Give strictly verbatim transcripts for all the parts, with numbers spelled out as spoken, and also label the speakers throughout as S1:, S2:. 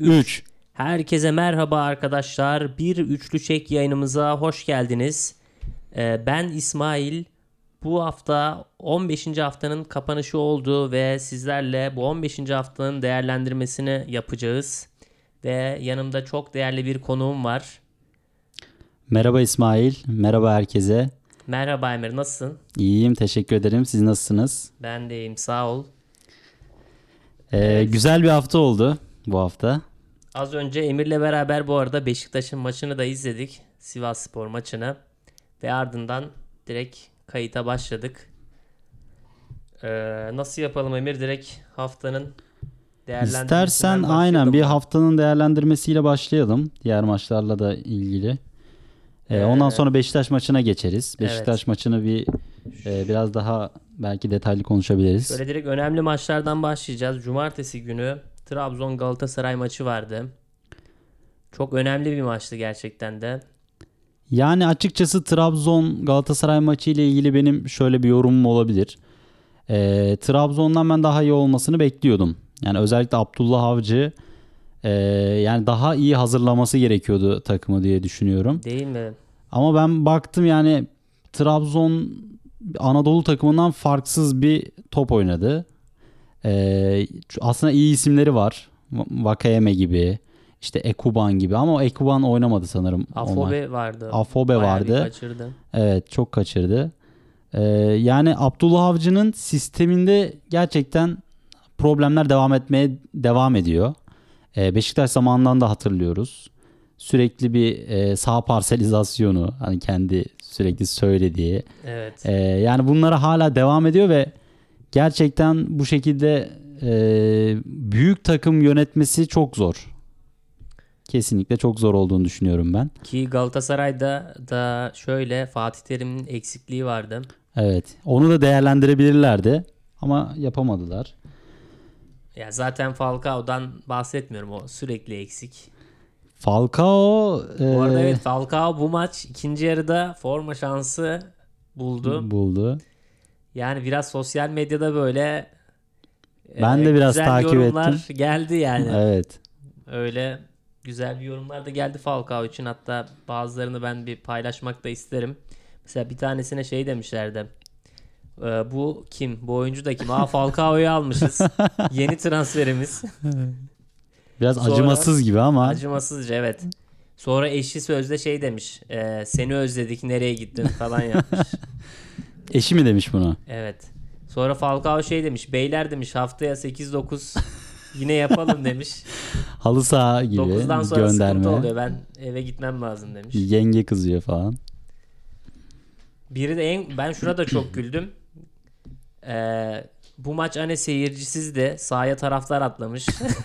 S1: üç.
S2: Herkese merhaba arkadaşlar. Bir üçlü çek yayınımıza hoş geldiniz. Ee, ben İsmail. Bu hafta on beşinci haftanın kapanışı oldu ve sizlerle bu on beşinci haftanın değerlendirmesini yapacağız. Ve yanımda çok değerli bir konuğum var.
S1: Merhaba İsmail. Merhaba herkese.
S2: Merhaba Emir, nasılsın?
S1: İyiyim, teşekkür ederim. Siz nasılsınız?
S2: Ben de iyiyim, sağ ol.
S1: Ee,
S2: Evet.
S1: Güzel bir hafta oldu bu hafta.
S2: Az önce Emir'le beraber bu arada Beşiktaş'ın maçını da izledik. Sivasspor maçını. Ve ardından direkt kayıta başladık. Ee, nasıl yapalım Emir? Direkt haftanın değerlendirmesinden
S1: İstersen
S2: başlayalım
S1: aynen bir
S2: mı?
S1: haftanın değerlendirmesiyle başlayalım. Diğer maçlarla da ilgili. Ee, ondan
S2: Ee,
S1: sonra Beşiktaş maçına geçeriz.
S2: evet.
S1: Beşiktaş maçını bir e, biraz daha belki detaylı konuşabiliriz.
S2: Şöyle direkt önemli maçlardan başlayacağız. Cumartesi günü Trabzon Galatasaray maçı vardı. Çok önemli bir maçtı gerçekten de.
S1: Yani açıkçası Trabzon Galatasaray maçı ile ilgili benim şöyle bir yorumum olabilir. Ee, Trabzon'dan ben daha iyi olmasını bekliyordum. Yani özellikle Abdullah Avcı e, yani daha iyi hazırlaması gerekiyordu takımı diye düşünüyorum.
S2: Değil mi?
S1: Ama ben baktım yani Trabzon Anadolu takımından farksız bir top oynadı. Ee, aslında iyi isimleri var. Vakayeme gibi, işte Ekuban gibi ama o Ekuban oynamadı sanırım.
S2: Afobe vardı.
S1: Afobe
S2: Bayağı
S1: vardı.
S2: bir kaçırdı.
S1: Evet, çok kaçırdı. Ee, yani Abdullah Avcı'nın sisteminde gerçekten problemler devam etmeye devam ediyor. Ee, Beşiktaş zamanından da hatırlıyoruz. Sürekli bir e, sağ parselizasyonu, hani kendi sürekli söylediği.
S2: Evet.
S1: Ee, yani bunlara hala devam ediyor ve gerçekten bu şekilde e, büyük takım yönetmesi çok zor. Kesinlikle çok zor olduğunu düşünüyorum ben.
S2: Ki Galatasaray'da da şöyle Fatih Terim'in eksikliği vardı.
S1: Evet. Onu da değerlendirebilirlerdi ama yapamadılar.
S2: Ya zaten Falcao'dan bahsetmiyorum, o sürekli eksik.
S1: Falcao e,
S2: Bu arada evet, Falcao bu maç ikinci yarıda forma şansı buldu.
S1: buldu.
S2: Yani biraz sosyal medyada böyle
S1: Ben
S2: e,
S1: de biraz
S2: güzel
S1: takip
S2: yorumlar
S1: ettim.
S2: geldi yani.
S1: Evet.
S2: Öyle güzel bir yorumlar da geldi Falcao için. Hatta bazılarını ben bir paylaşmak da isterim. Mesela bir tanesine şey demişlerdi. E, bu kim? Bu oyuncu da kim? Aa, Falcao'yu almışız. Yeni transferimiz.
S1: Biraz
S2: Sonra-
S1: acımasız gibi ama
S2: Acımasızca, evet. Sonra eşi sözde şey demiş. E, seni özledik, nereye gittin falan yapmış.
S1: eşi mi demiş bunu?
S2: Evet. Sonra Falcao şey demiş. Beyler demiş, haftaya sekiz dokuz yine yapalım demiş.
S1: Halı saha gibi
S2: dokuzdan sonra
S1: gönderme.
S2: sıkıntı oluyor. Ben eve gitmem lazım demiş.
S1: Yenge kızıyor falan.
S2: Biri de en, ben şurada çok güldüm. Ee, bu maç hani seyircisiz de sahaya taraftar atlamış.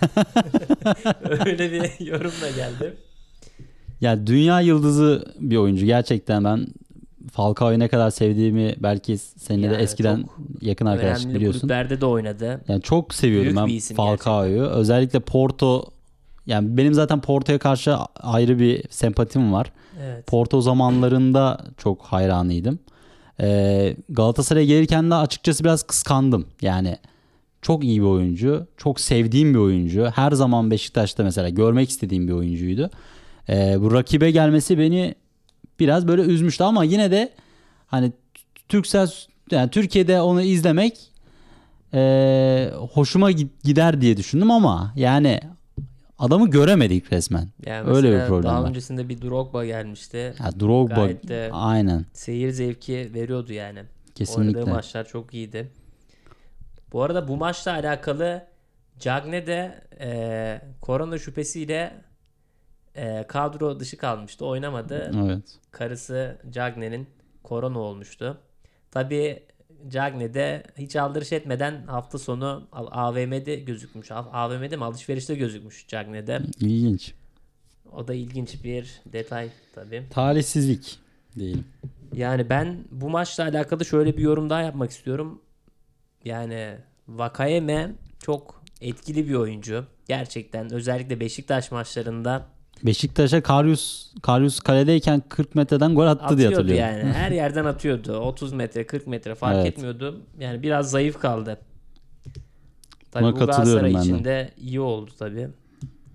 S2: Öyle bir yorum da geldi.
S1: Ya dünya yıldızı bir oyuncu. Gerçekten ben Falcao'yu ne kadar sevdiğimi belki seninle de
S2: Yani
S1: eskiden
S2: çok
S1: yakın arkadaşlık
S2: Önemli
S1: biliyorsun.
S2: kulüplerde de oynadı.
S1: Yani çok seviyorum
S2: Büyük
S1: ben
S2: bir isim
S1: Falcao'yu. Özellikle Porto, yani benim zaten Porto'ya karşı ayrı bir sempatim var.
S2: Evet.
S1: Porto zamanlarında çok hayranıydım. Ee, Galatasaray'a gelirken de açıkçası biraz kıskandım. Yani çok iyi bir oyuncu, çok sevdiğim bir oyuncu. Her zaman Beşiktaş'ta mesela görmek istediğim bir oyuncuydu. Ee, bu rakibe gelmesi beni biraz böyle üzmüştü ama yine de hani Türksel, yani Türkiye'de onu izlemek e, hoşuma gider diye düşündüm ama yani adamı göremedik resmen.
S2: Yani
S1: Öyle
S2: mesela
S1: bir problem
S2: daha
S1: var.
S2: öncesinde bir Drogba gelmişti.
S1: Ya Drogba
S2: Gayet de
S1: aynen,
S2: seyir zevki veriyordu yani.
S1: kesinlikle.
S2: Oynadığı maçlar çok iyiydi. Bu arada bu maçla alakalı Cagne de e, korona şüphesiyle e, kadro dışı kalmıştı. Oynamadı.
S1: Evet.
S2: Karısı Cagne'nin korona olmuştu. Tabii Cagne de hiç aldırış etmeden hafta sonu A V M'de gözükmüş. A V M'de mi? Alışverişte gözükmüş Cagne'de.
S1: İlginç.
S2: O da ilginç bir detay tabii.
S1: Talihsizlik diyelim.
S2: Yani ben bu maçla alakalı şöyle bir yorum daha yapmak istiyorum. Yani Vakayeme çok etkili bir oyuncu. Gerçekten özellikle Beşiktaş maçlarında
S1: Beşiktaş'a Karius Karius kaledeyken kırk metreden gol attı diye
S2: atıyordu
S1: hatırlıyorum.
S2: yani. Her yerden atıyordu. otuz metre, kırk metre fark
S1: Evet.
S2: etmiyordu. Yani biraz zayıf kaldı. Tabii
S1: Buna
S2: bu
S1: katılıyorum
S2: Galatasaray
S1: ben de.
S2: için de iyi oldu tabii.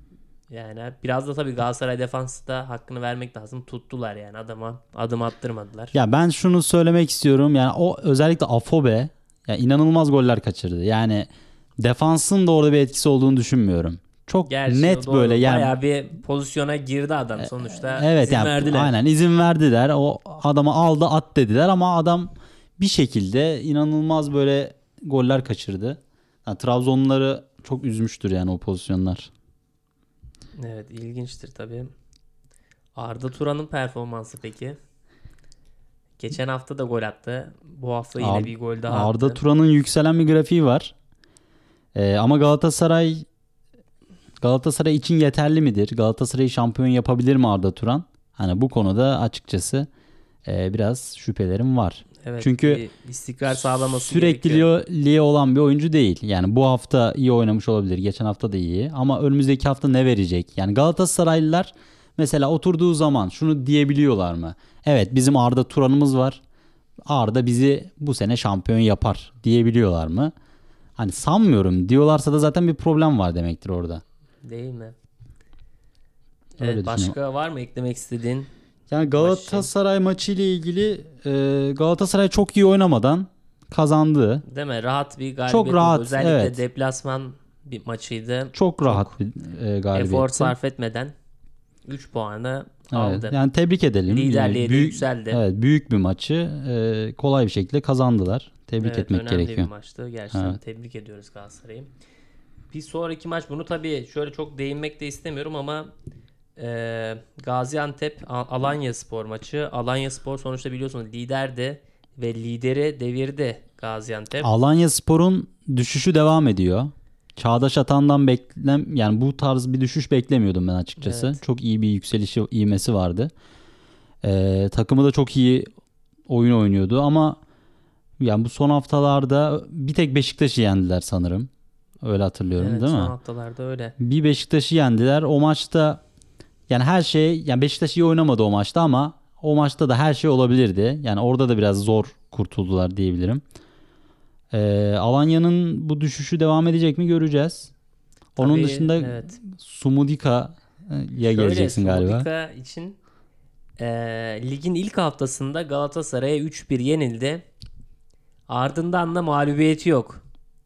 S2: Yani biraz da tabii Galatasaray defansı da hakkını vermek lazım. Tuttular yani adama. Adım attırmadılar.
S1: Ya ben şunu söylemek istiyorum. Yani o özellikle Afobe ya inanılmaz goller kaçırdı. Yani defansın da orada bir etkisi olduğunu düşünmüyorum. Çok
S2: Gerçi
S1: net
S2: doğru.
S1: böyle yani.
S2: Bayağı bir pozisyona girdi adam sonuçta.
S1: Evet
S2: İzin
S1: yani
S2: verdiler.
S1: aynen izin verdiler. O adamı aldı at dediler ama adam bir şekilde inanılmaz böyle goller kaçırdı. Yani Trabzonluları çok üzmüştür yani o pozisyonlar.
S2: Evet, ilginçtir tabii. Arda Turan'ın performansı peki? Geçen hafta da gol attı. Bu hafta yine
S1: Ar-
S2: bir gol daha
S1: Arda
S2: attı.
S1: Turan'ın yükselen bir grafiği var. Ee, ama Galatasaray Galatasaray için yeterli midir? Galatasaray'ı şampiyon yapabilir mi Arda Turan? Hani bu konuda açıkçası e, biraz şüphelerim var.
S2: Evet,
S1: Çünkü
S2: bir istikrar sağlaması gerekiyor.
S1: sürekliliği olan bir oyuncu değil. Yani bu hafta iyi oynamış olabilir. Geçen hafta da iyi. Ama önümüzdeki hafta ne verecek? Yani Galatasaraylılar mesela oturduğu zaman şunu diyebiliyorlar mı? Evet bizim Arda Turan'ımız var. Arda bizi bu sene şampiyon yapar diyebiliyorlar mı? Hani sanmıyorum. Diyorlarsa da zaten bir problem var demektir orada.
S2: Değil mi?
S1: Öyle
S2: Evet,
S1: düşünüyorum.
S2: başka var mı eklemek istediğin?
S1: Yani Galatasaray maçı ile ilgili e, Galatasaray çok iyi oynamadan kazandı.
S2: Değil mi? Rahat bir galibiyet
S1: Çok
S2: oldu.
S1: rahat,
S2: Özellikle
S1: evet.
S2: deplasman bir maçıydı.
S1: Çok rahat bir e, galibiyetti.
S2: Efor sarf etmeden üç puanı aldı.
S1: Evet, yani tebrik edelim.
S2: Liderliğe
S1: Yani
S2: de
S1: büyük,
S2: yükseldi.
S1: evet, büyük bir maçı e, kolay bir şekilde kazandılar. Tebrik
S2: Evet,
S1: etmek
S2: önemli
S1: gerekiyor.
S2: bir maçtı. Gerçekten
S1: Evet.
S2: tebrik ediyoruz Galatasaray'ı. Bir sonraki maç, bunu tabii şöyle çok değinmek de istemiyorum ama e, Gaziantep A- Alanyaspor maçı. Alanyaspor sonuçta biliyorsunuz liderdi ve lideri devirdi Gaziantep.
S1: Alanyaspor'un düşüşü devam ediyor. Çağdaş Atan'dan beklem yani bu tarz bir düşüş beklemiyordum ben açıkçası.
S2: Evet.
S1: Çok iyi bir yükselişi ivmesi vardı. Ee, takımı da çok iyi oyun oynuyordu ama yani bu son haftalarda bir tek Beşiktaş'ı yendiler sanırım. Öyle hatırlıyorum
S2: Evet,
S1: değil
S2: son
S1: mi?
S2: haftalarda öyle.
S1: Bir Beşiktaş'ı yendiler. O maçta yani her şey yani Beşiktaş iyi oynamadı o maçta ama o maçta da her şey olabilirdi. Yani orada da biraz zor kurtuldular diyebilirim. Ee, Alanya'nın bu düşüşü devam edecek mi göreceğiz. Onun
S2: Tabii,
S1: dışında
S2: evet.
S1: Sumudika'ya
S2: Şöyle,
S1: geleceksin galiba.
S2: Sumudika için e, ligin ilk haftasında Galatasaray'a üç bir yenildi. Ardından da mağlubiyeti yok.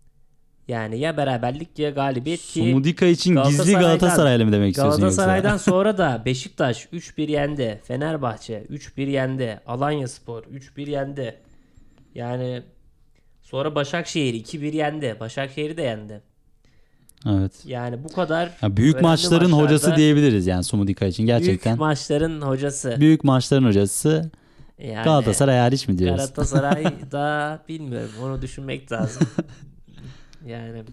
S2: Yani ya beraberlik ya galibiyet ki
S1: Sumudika için gizli
S2: Galatasaray'dan-
S1: Galatasaraylı mı demek istiyorsun
S2: Galatasaray'dan
S1: yoksa?
S2: sonra da Beşiktaş üç bir yendi. Fenerbahçe üç bir yendi. Alanyaspor üç bir yendi. Yani sonra Başakşehir iki bir yendi. Başakşehir'i de yendi.
S1: Evet.
S2: Yani bu kadar
S1: Ya büyük
S2: önemli
S1: maçların
S2: maçlarda
S1: hocası diyebiliriz yani Sumudika için gerçekten.
S2: büyük maçların hocası.
S1: Büyük maçların hocası
S2: Yani
S1: Galatasaray hariç mi diyoruz?
S2: Galatasaray'da bilmiyorum. Onu düşünmek lazım. Yani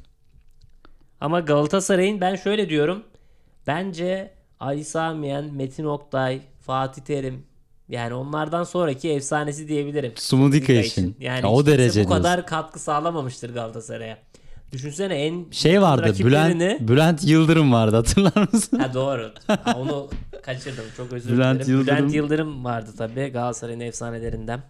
S2: ama Galatasaray'ın ben şöyle diyorum. Bence Ali Sami Yen, Metin Oktay, Fatih Terim, yani onlardan sonraki efsanesi diyebilirim.
S1: Sumudika için.
S2: Yani
S1: Ya o
S2: hiç kimse
S1: derece
S2: bu kadar katkı sağlamamıştır Galatasaray'a. Düşünsene en
S1: Şey vardı
S2: rakiplerini...
S1: Bülent Bülent Yıldırım vardı hatırlar mısın?
S2: Ha doğru. Ha, onu kaçırdım. Çok özür
S1: Bülent
S2: dilerim.
S1: Yıldırım.
S2: Bülent Yıldırım vardı tabii. Galatasaray'ın efsanelerinden.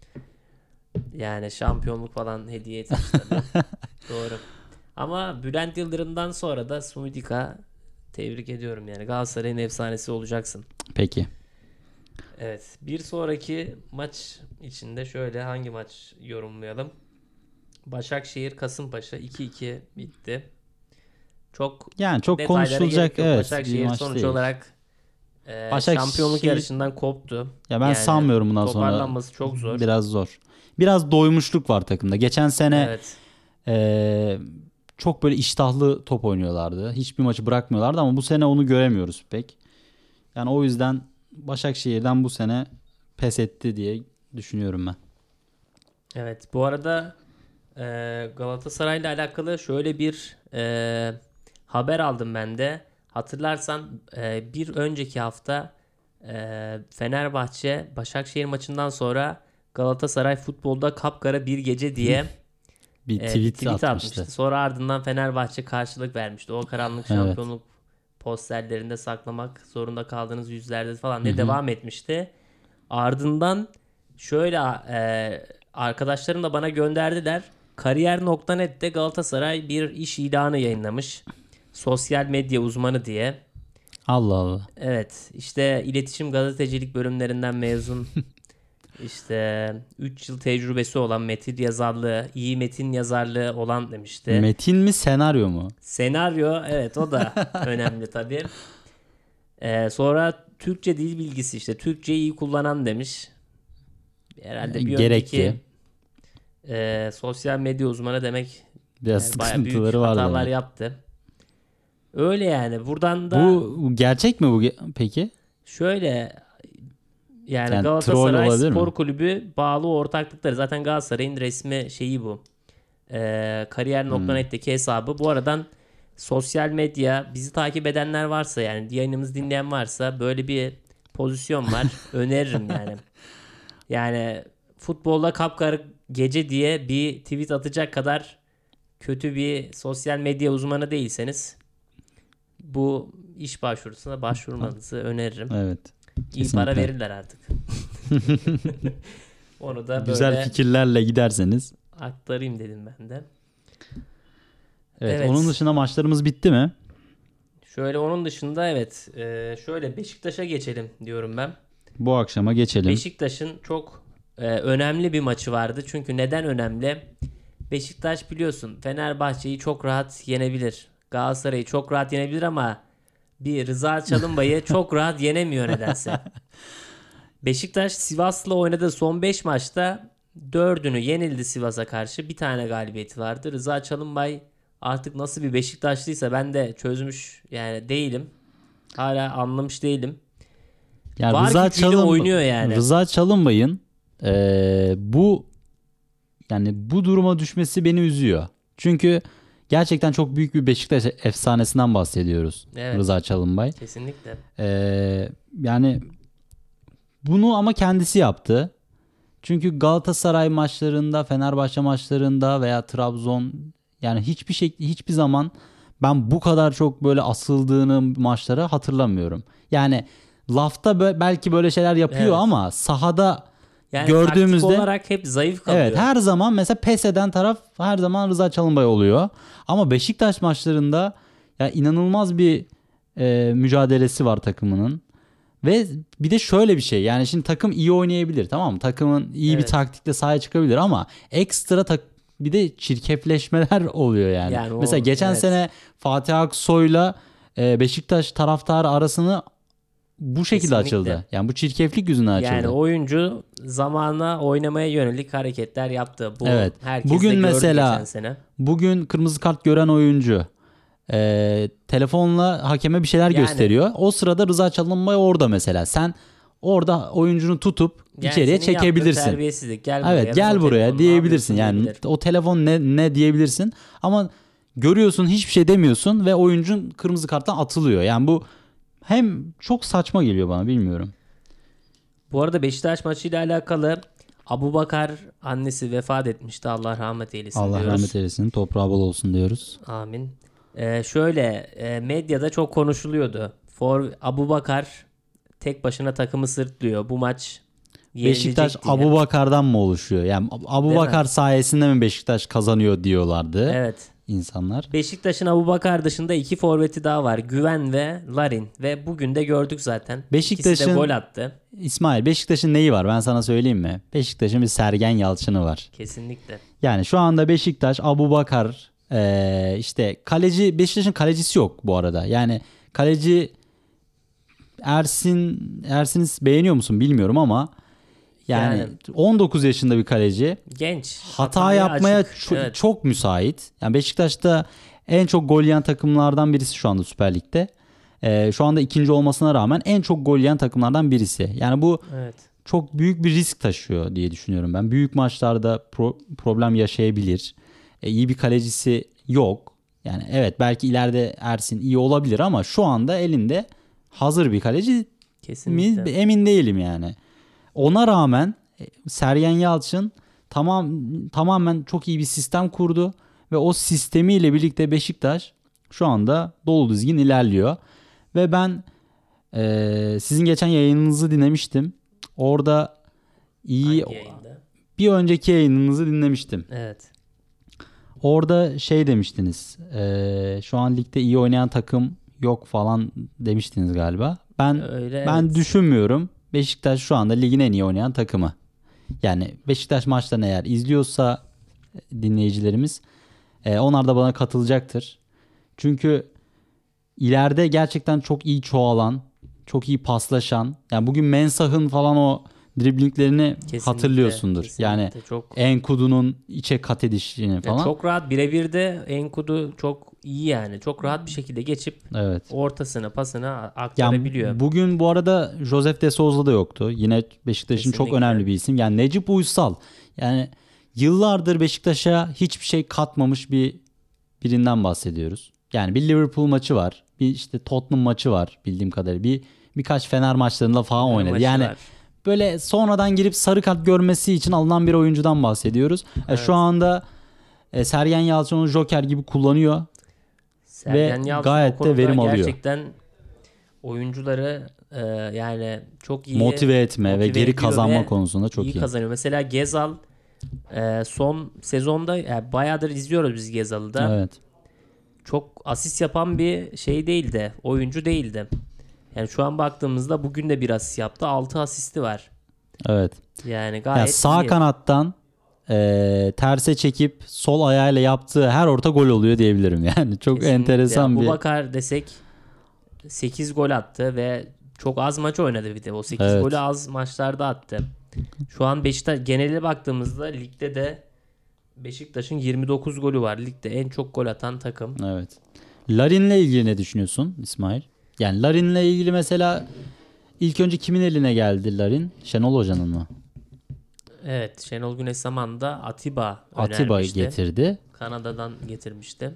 S2: Yani şampiyonluk falan hediye etmiş tabii. Doğru. Ama Bülent Yıldırım'dan sonra da Sumudika, tebrik ediyorum yani. Galatasaray'ın efsanesi olacaksın.
S1: Peki.
S2: Evet. Bir sonraki maç içinde şöyle hangi maç yorumlayalım? Başakşehir Kasımpaşa iki iki bitti. Çok
S1: Yani çok
S2: detaylara
S1: konuşulacak
S2: gerek yok.
S1: evet bir
S2: Başakşehir
S1: maç
S2: sonuç
S1: değil.
S2: olarak e,
S1: Başakşehir-
S2: şampiyonluk yarışından koptu.
S1: Ya ben
S2: Yani
S1: sanmıyorum bundan sonra.
S2: toparlanması çok zor.
S1: Biraz zor. Biraz doymuşluk var takımda. Geçen sene
S2: Evet.
S1: eee, çok böyle iştahlı top oynuyorlardı. Hiçbir maçı bırakmıyorlardı ama bu sene onu göremiyoruz pek. Yani o yüzden Başakşehir'den bu sene pes etti diye düşünüyorum ben.
S2: Evet. Bu arada e, Galatasaray'la alakalı şöyle bir e, haber aldım ben de. Hatırlarsan e, bir önceki hafta e, Fenerbahçe Başakşehir maçından sonra Galatasaray futbolda kapkara bir gece diye
S1: Bir
S2: e,
S1: tweet,
S2: bir tweet
S1: atmıştı.
S2: atmıştı. Sonra ardından Fenerbahçe karşılık vermişti. O karanlık
S1: Evet.
S2: şampiyonluk posterlerinde saklamak zorunda kaldığınız yüzlerde falan diye
S1: Hı hı.
S2: devam etmişti. Ardından şöyle e, arkadaşlarım da bana gönderdiler. Kariyer nokta net'te Galatasaray bir iş ilanı yayınlamış. Sosyal medya uzmanı diye.
S1: Allah Allah.
S2: Evet, işte iletişim gazetecilik bölümlerinden mezun. İşte üç yıl tecrübesi olan, metin yazarlığı, iyi metin yazarlığı olan demişti.
S1: Metin mi senaryo mu?
S2: Senaryo, evet, o da önemli tabii. Ee, sonra Türkçe dil bilgisi, işte Türkçeyi iyi kullanan demiş. Herhalde bir
S1: Gerekli.
S2: önceki e, sosyal medya uzmanı demek,
S1: Biraz
S2: yani bayağı büyük
S1: sıkıntıları var
S2: hatalar
S1: demek.
S2: yaptı. Öyle yani. Buradan da
S1: Bu gerçek mi bu ge- peki?
S2: şöyle, yani,
S1: Yani troll
S2: Galatasaray
S1: olabilir
S2: Spor
S1: mi?
S2: Kulübü bağlı ortaklıkları. Zaten Galatasaray'ın resmi şeyi bu. Ee, kariyer nokta net'teki hesabı. Bu aradan sosyal medya, bizi takip edenler varsa, yani yayınımızı dinleyen varsa, böyle bir pozisyon var. Öneririm yani. Yani futbolda kapkara gece diye bir tweet atacak kadar kötü bir sosyal medya uzmanı değilseniz bu iş başvurusuna başvurmanızı öneririm.
S1: Evet.
S2: İyi
S1: Kesinlikle.
S2: para verirler artık. Onu da
S1: Güzel
S2: böyle
S1: fikirlerle giderseniz.
S2: aktarayım dedim ben de.
S1: Evet,
S2: Evet.
S1: Onun dışında maçlarımız bitti mi?
S2: Şöyle onun dışında evet, e, şöyle Beşiktaş'a geçelim diyorum ben.
S1: Bu akşama geçelim.
S2: Beşiktaş'ın çok e, önemli bir maçı vardı. Çünkü neden önemli? Beşiktaş biliyorsun Fenerbahçe'yi çok rahat yenebilir. Galatasaray'ı çok rahat yenebilir ama bir Rıza Çalınbay'ı çok rahat yenemiyor nedense. Beşiktaş Sivas'la oynadığı son beş maçta dördünü yenildi Sivas'a karşı. Bir tane galibiyeti vardı. Rıza Çalınbay artık nasıl bir Beşiktaşlıysa ben de çözmüş yani değilim. Hala anlamış değilim.
S1: Yani
S2: Var
S1: Rıza
S2: gücüyle
S1: Çalın
S2: oynuyor yani.
S1: Rıza Çalınbay'ın eee, bu yani bu duruma düşmesi beni üzüyor. Çünkü gerçekten çok büyük bir Beşiktaş efsanesinden bahsediyoruz.
S2: Evet.
S1: Rıza Çalınbay.
S2: Kesinlikle.
S1: Eee, yani bunu ama kendisi yaptı. Çünkü Galatasaray maçlarında, Fenerbahçe maçlarında veya Trabzon, yani hiçbir şey hiçbir zaman ben bu kadar çok böyle asıldığını maçları hatırlamıyorum. Yani lafta bö- belki böyle şeyler yapıyor
S2: Evet.
S1: ama sahada
S2: Yani
S1: gördüğümüzde
S2: taktik olarak hep zayıf kalıyor.
S1: evet, her zaman mesela pes eden taraf her zaman Rıza Çalınbay oluyor. Ama Beşiktaş maçlarında ya inanılmaz bir e, mücadelesi var takımının. Ve bir de şöyle bir şey, yani şimdi takım iyi oynayabilir, tamam mı? Takımın iyi bir
S2: Evet.
S1: taktikle sahaya çıkabilir ama ekstra tak bir de çirkefleşmeler oluyor yani.
S2: Yani o-
S1: Mesela geçen
S2: evet.
S1: sene Fatih Aksoy'la e, Beşiktaş taraftarı arasını bu şekilde
S2: Kesinlikle.
S1: açıldı. Yani bu çirkeflik yüzünden açıldı.
S2: Yani oyuncu zamana oynamaya yönelik hareketler yaptı. Bu
S1: Evet.
S2: herkes
S1: Bugün
S2: de gördü
S1: mesela-
S2: geçen sene.
S1: Bugün kırmızı kart gören oyuncu e, telefonla hakeme bir şeyler
S2: Yani-
S1: gösteriyor. O sırada Rıza Çalınbay orada mesela. Sen orada oyuncunu tutup
S2: Yani
S1: içeriye
S2: senin yaptığın
S1: çekebilirsin.
S2: terbiyesizlik. Gel buraya.
S1: Evet,
S2: biz
S1: gel
S2: o
S1: buraya
S2: telefonla
S1: diyebilirsin.
S2: ne
S1: Yani
S2: yapıyorsun
S1: o telefon ne ne diyebilirsin. Ama görüyorsun, hiçbir şey demiyorsun ve oyuncun kırmızı karttan atılıyor. Yani bu hem çok saçma geliyor bana, bilmiyorum.
S2: Bu arada Beşiktaş maçıyla alakalı Abubakar annesi vefat etmişti. Allah rahmet eylesin
S1: Allah
S2: diyoruz.
S1: rahmet eylesin. Toprağı bol olsun diyoruz.
S2: Amin. Ee, şöyle e, medyada çok konuşuluyordu. For Abubakar tek başına takımı sırtlıyor. Bu maç
S1: Beşiktaş
S2: yenilecek diye.
S1: Abubakar'dan mı oluşuyor? Yani Abubakar
S2: mi?
S1: sayesinde mi Beşiktaş kazanıyor diyorlardı
S2: Evet.
S1: insanlar.
S2: Beşiktaş'ın Abubakar dışında iki forveti daha var. Güven ve Larin. Ve bugün de gördük zaten. İkisi de
S1: Beşiktaş'ın-
S2: gol attı.
S1: İsmail, Beşiktaş'ın neyi var ben sana söyleyeyim mi? Beşiktaş'ın bir Sergen Yalçın'ı var.
S2: Kesinlikle.
S1: Yani şu anda Beşiktaş, Abubakar, eee, işte kaleci, Beşiktaş'ın kalecisi yok bu arada. Yani kaleci Ersin, Ersin'i beğeniyor musun bilmiyorum ama yani,
S2: Yani-
S1: on dokuz yaşında bir kaleci.
S2: Genç.
S1: Hata
S2: hataya
S1: yapmaya
S2: açık.
S1: ço-
S2: Evet.
S1: çok müsait. Yani Beşiktaş'ta en çok gol yiyen takımlardan birisi şu anda Süper Lig'de. Ee, şu anda ikinci olmasına rağmen en çok gol yiyen takımlardan birisi. Yani bu
S2: Evet.
S1: çok büyük bir risk taşıyor diye düşünüyorum ben. Büyük maçlarda pro- problem yaşayabilir. E, iyi bir kalecisi yok. Yani evet, belki ileride Ersin iyi olabilir ama şu anda elinde hazır bir kaleci mi
S2: Kesinlikle.
S1: emin değilim yani. Ona rağmen e, Sergen Yalçın tamam tamamen çok iyi bir sistem kurdu ve o sistemiyle birlikte Beşiktaş şu anda dolu dizgin ilerliyor. Ve ben e, sizin geçen yayınınızı dinlemiştim. Orada iyi
S2: Hangi yayında?
S1: bir önceki yayınınızı dinlemiştim.
S2: Evet.
S1: Orada şey demiştiniz. e, şu an ligde iyi oynayan takım yok falan demiştiniz galiba. Ben
S2: Öyle,
S1: ben
S2: evet.
S1: düşünmüyorum. Beşiktaş şu anda ligin en iyi oynayan takımı. Yani Beşiktaş maçlarını eğer izliyorsa dinleyicilerimiz, e, onlar da bana katılacaktır. Çünkü ileride gerçekten çok iyi çoğalan, çok iyi paslaşan. Yani bugün Mensah'ın falan o driblinglerini
S2: Kesinlikle,
S1: hatırlıyorsundur.
S2: kesinlikle.
S1: Yani
S2: Çok
S1: Enkudu'nun içe kat edişini
S2: ya
S1: falan.
S2: çok rahat birebir de Enkudu çok iyi yani. Çok rahat bir şekilde geçip
S1: Evet.
S2: ortasına pasına
S1: Yani
S2: aktarabiliyor.
S1: bugün bu arada Josef de Souza da yoktu. Yine Beşiktaş'ın çok
S2: Kesinlikle.
S1: önemli bir isim. Yani Necip Uysal. Yani yıllardır Beşiktaş'a hiçbir şey katmamış bir birinden bahsediyoruz. Yani bir Liverpool maçı var. Bir işte Tottenham maçı var bildiğim kadarıyla. Bir birkaç Fener maçlarında falan
S2: Fener
S1: oynadı.
S2: maçı
S1: Yani
S2: var.
S1: böyle sonradan girip sarı kart görmesi için alınan bir oyuncudan bahsediyoruz. E, şu
S2: Evet.
S1: anda e, Sergen Yalçın onu Joker gibi kullanıyor
S2: Sergen
S1: ve
S2: Yalçın o
S1: gayet de
S2: konuda
S1: verim alıyor.
S2: gerçekten oyuncuları e, yani çok iyi
S1: Motive etme ve
S2: motive
S1: geri
S2: ediyor
S1: kazanma
S2: ve
S1: konusunda çok
S2: iyi
S1: iyi.
S2: kazanıyor. Mesela Gezal e, son sezonda yani bayağıdır izliyoruz biz Gezal'ı da.
S1: Evet.
S2: Çok asist yapan bir şey değildi. Oyuncu değildi. Yani şu an baktığımızda bugün de bir asist yaptı. altı asisti var.
S1: Evet.
S2: Yani
S1: Ya
S2: gayet
S1: sağ
S2: iyi.
S1: kanattan e, terse çekip sol ayağıyla yaptığı her orta gol oluyor diyebilirim. Yani çok
S2: Kesinlikle.
S1: enteresan bir.
S2: Abubakar desek sekiz gol attı ve çok az maç oynadı bir de. O sekiz
S1: Evet.
S2: golü az maçlarda attı. Şu an Beşiktaş genele baktığımızda ligde de Beşiktaş'ın yirmi dokuz golü var. Ligde en çok gol atan takım.
S1: Evet. Larin'le ilgili ne düşünüyorsun İsmail? Yani Larin'le ilgili mesela ilk önce kimin eline geldi Larin? Şenol Hoca'nın mı?
S2: Evet, Şenol Güneş zamanında Atiba
S1: Atiba
S2: önermişti.
S1: getirdi.
S2: Kanada'dan getirmişti.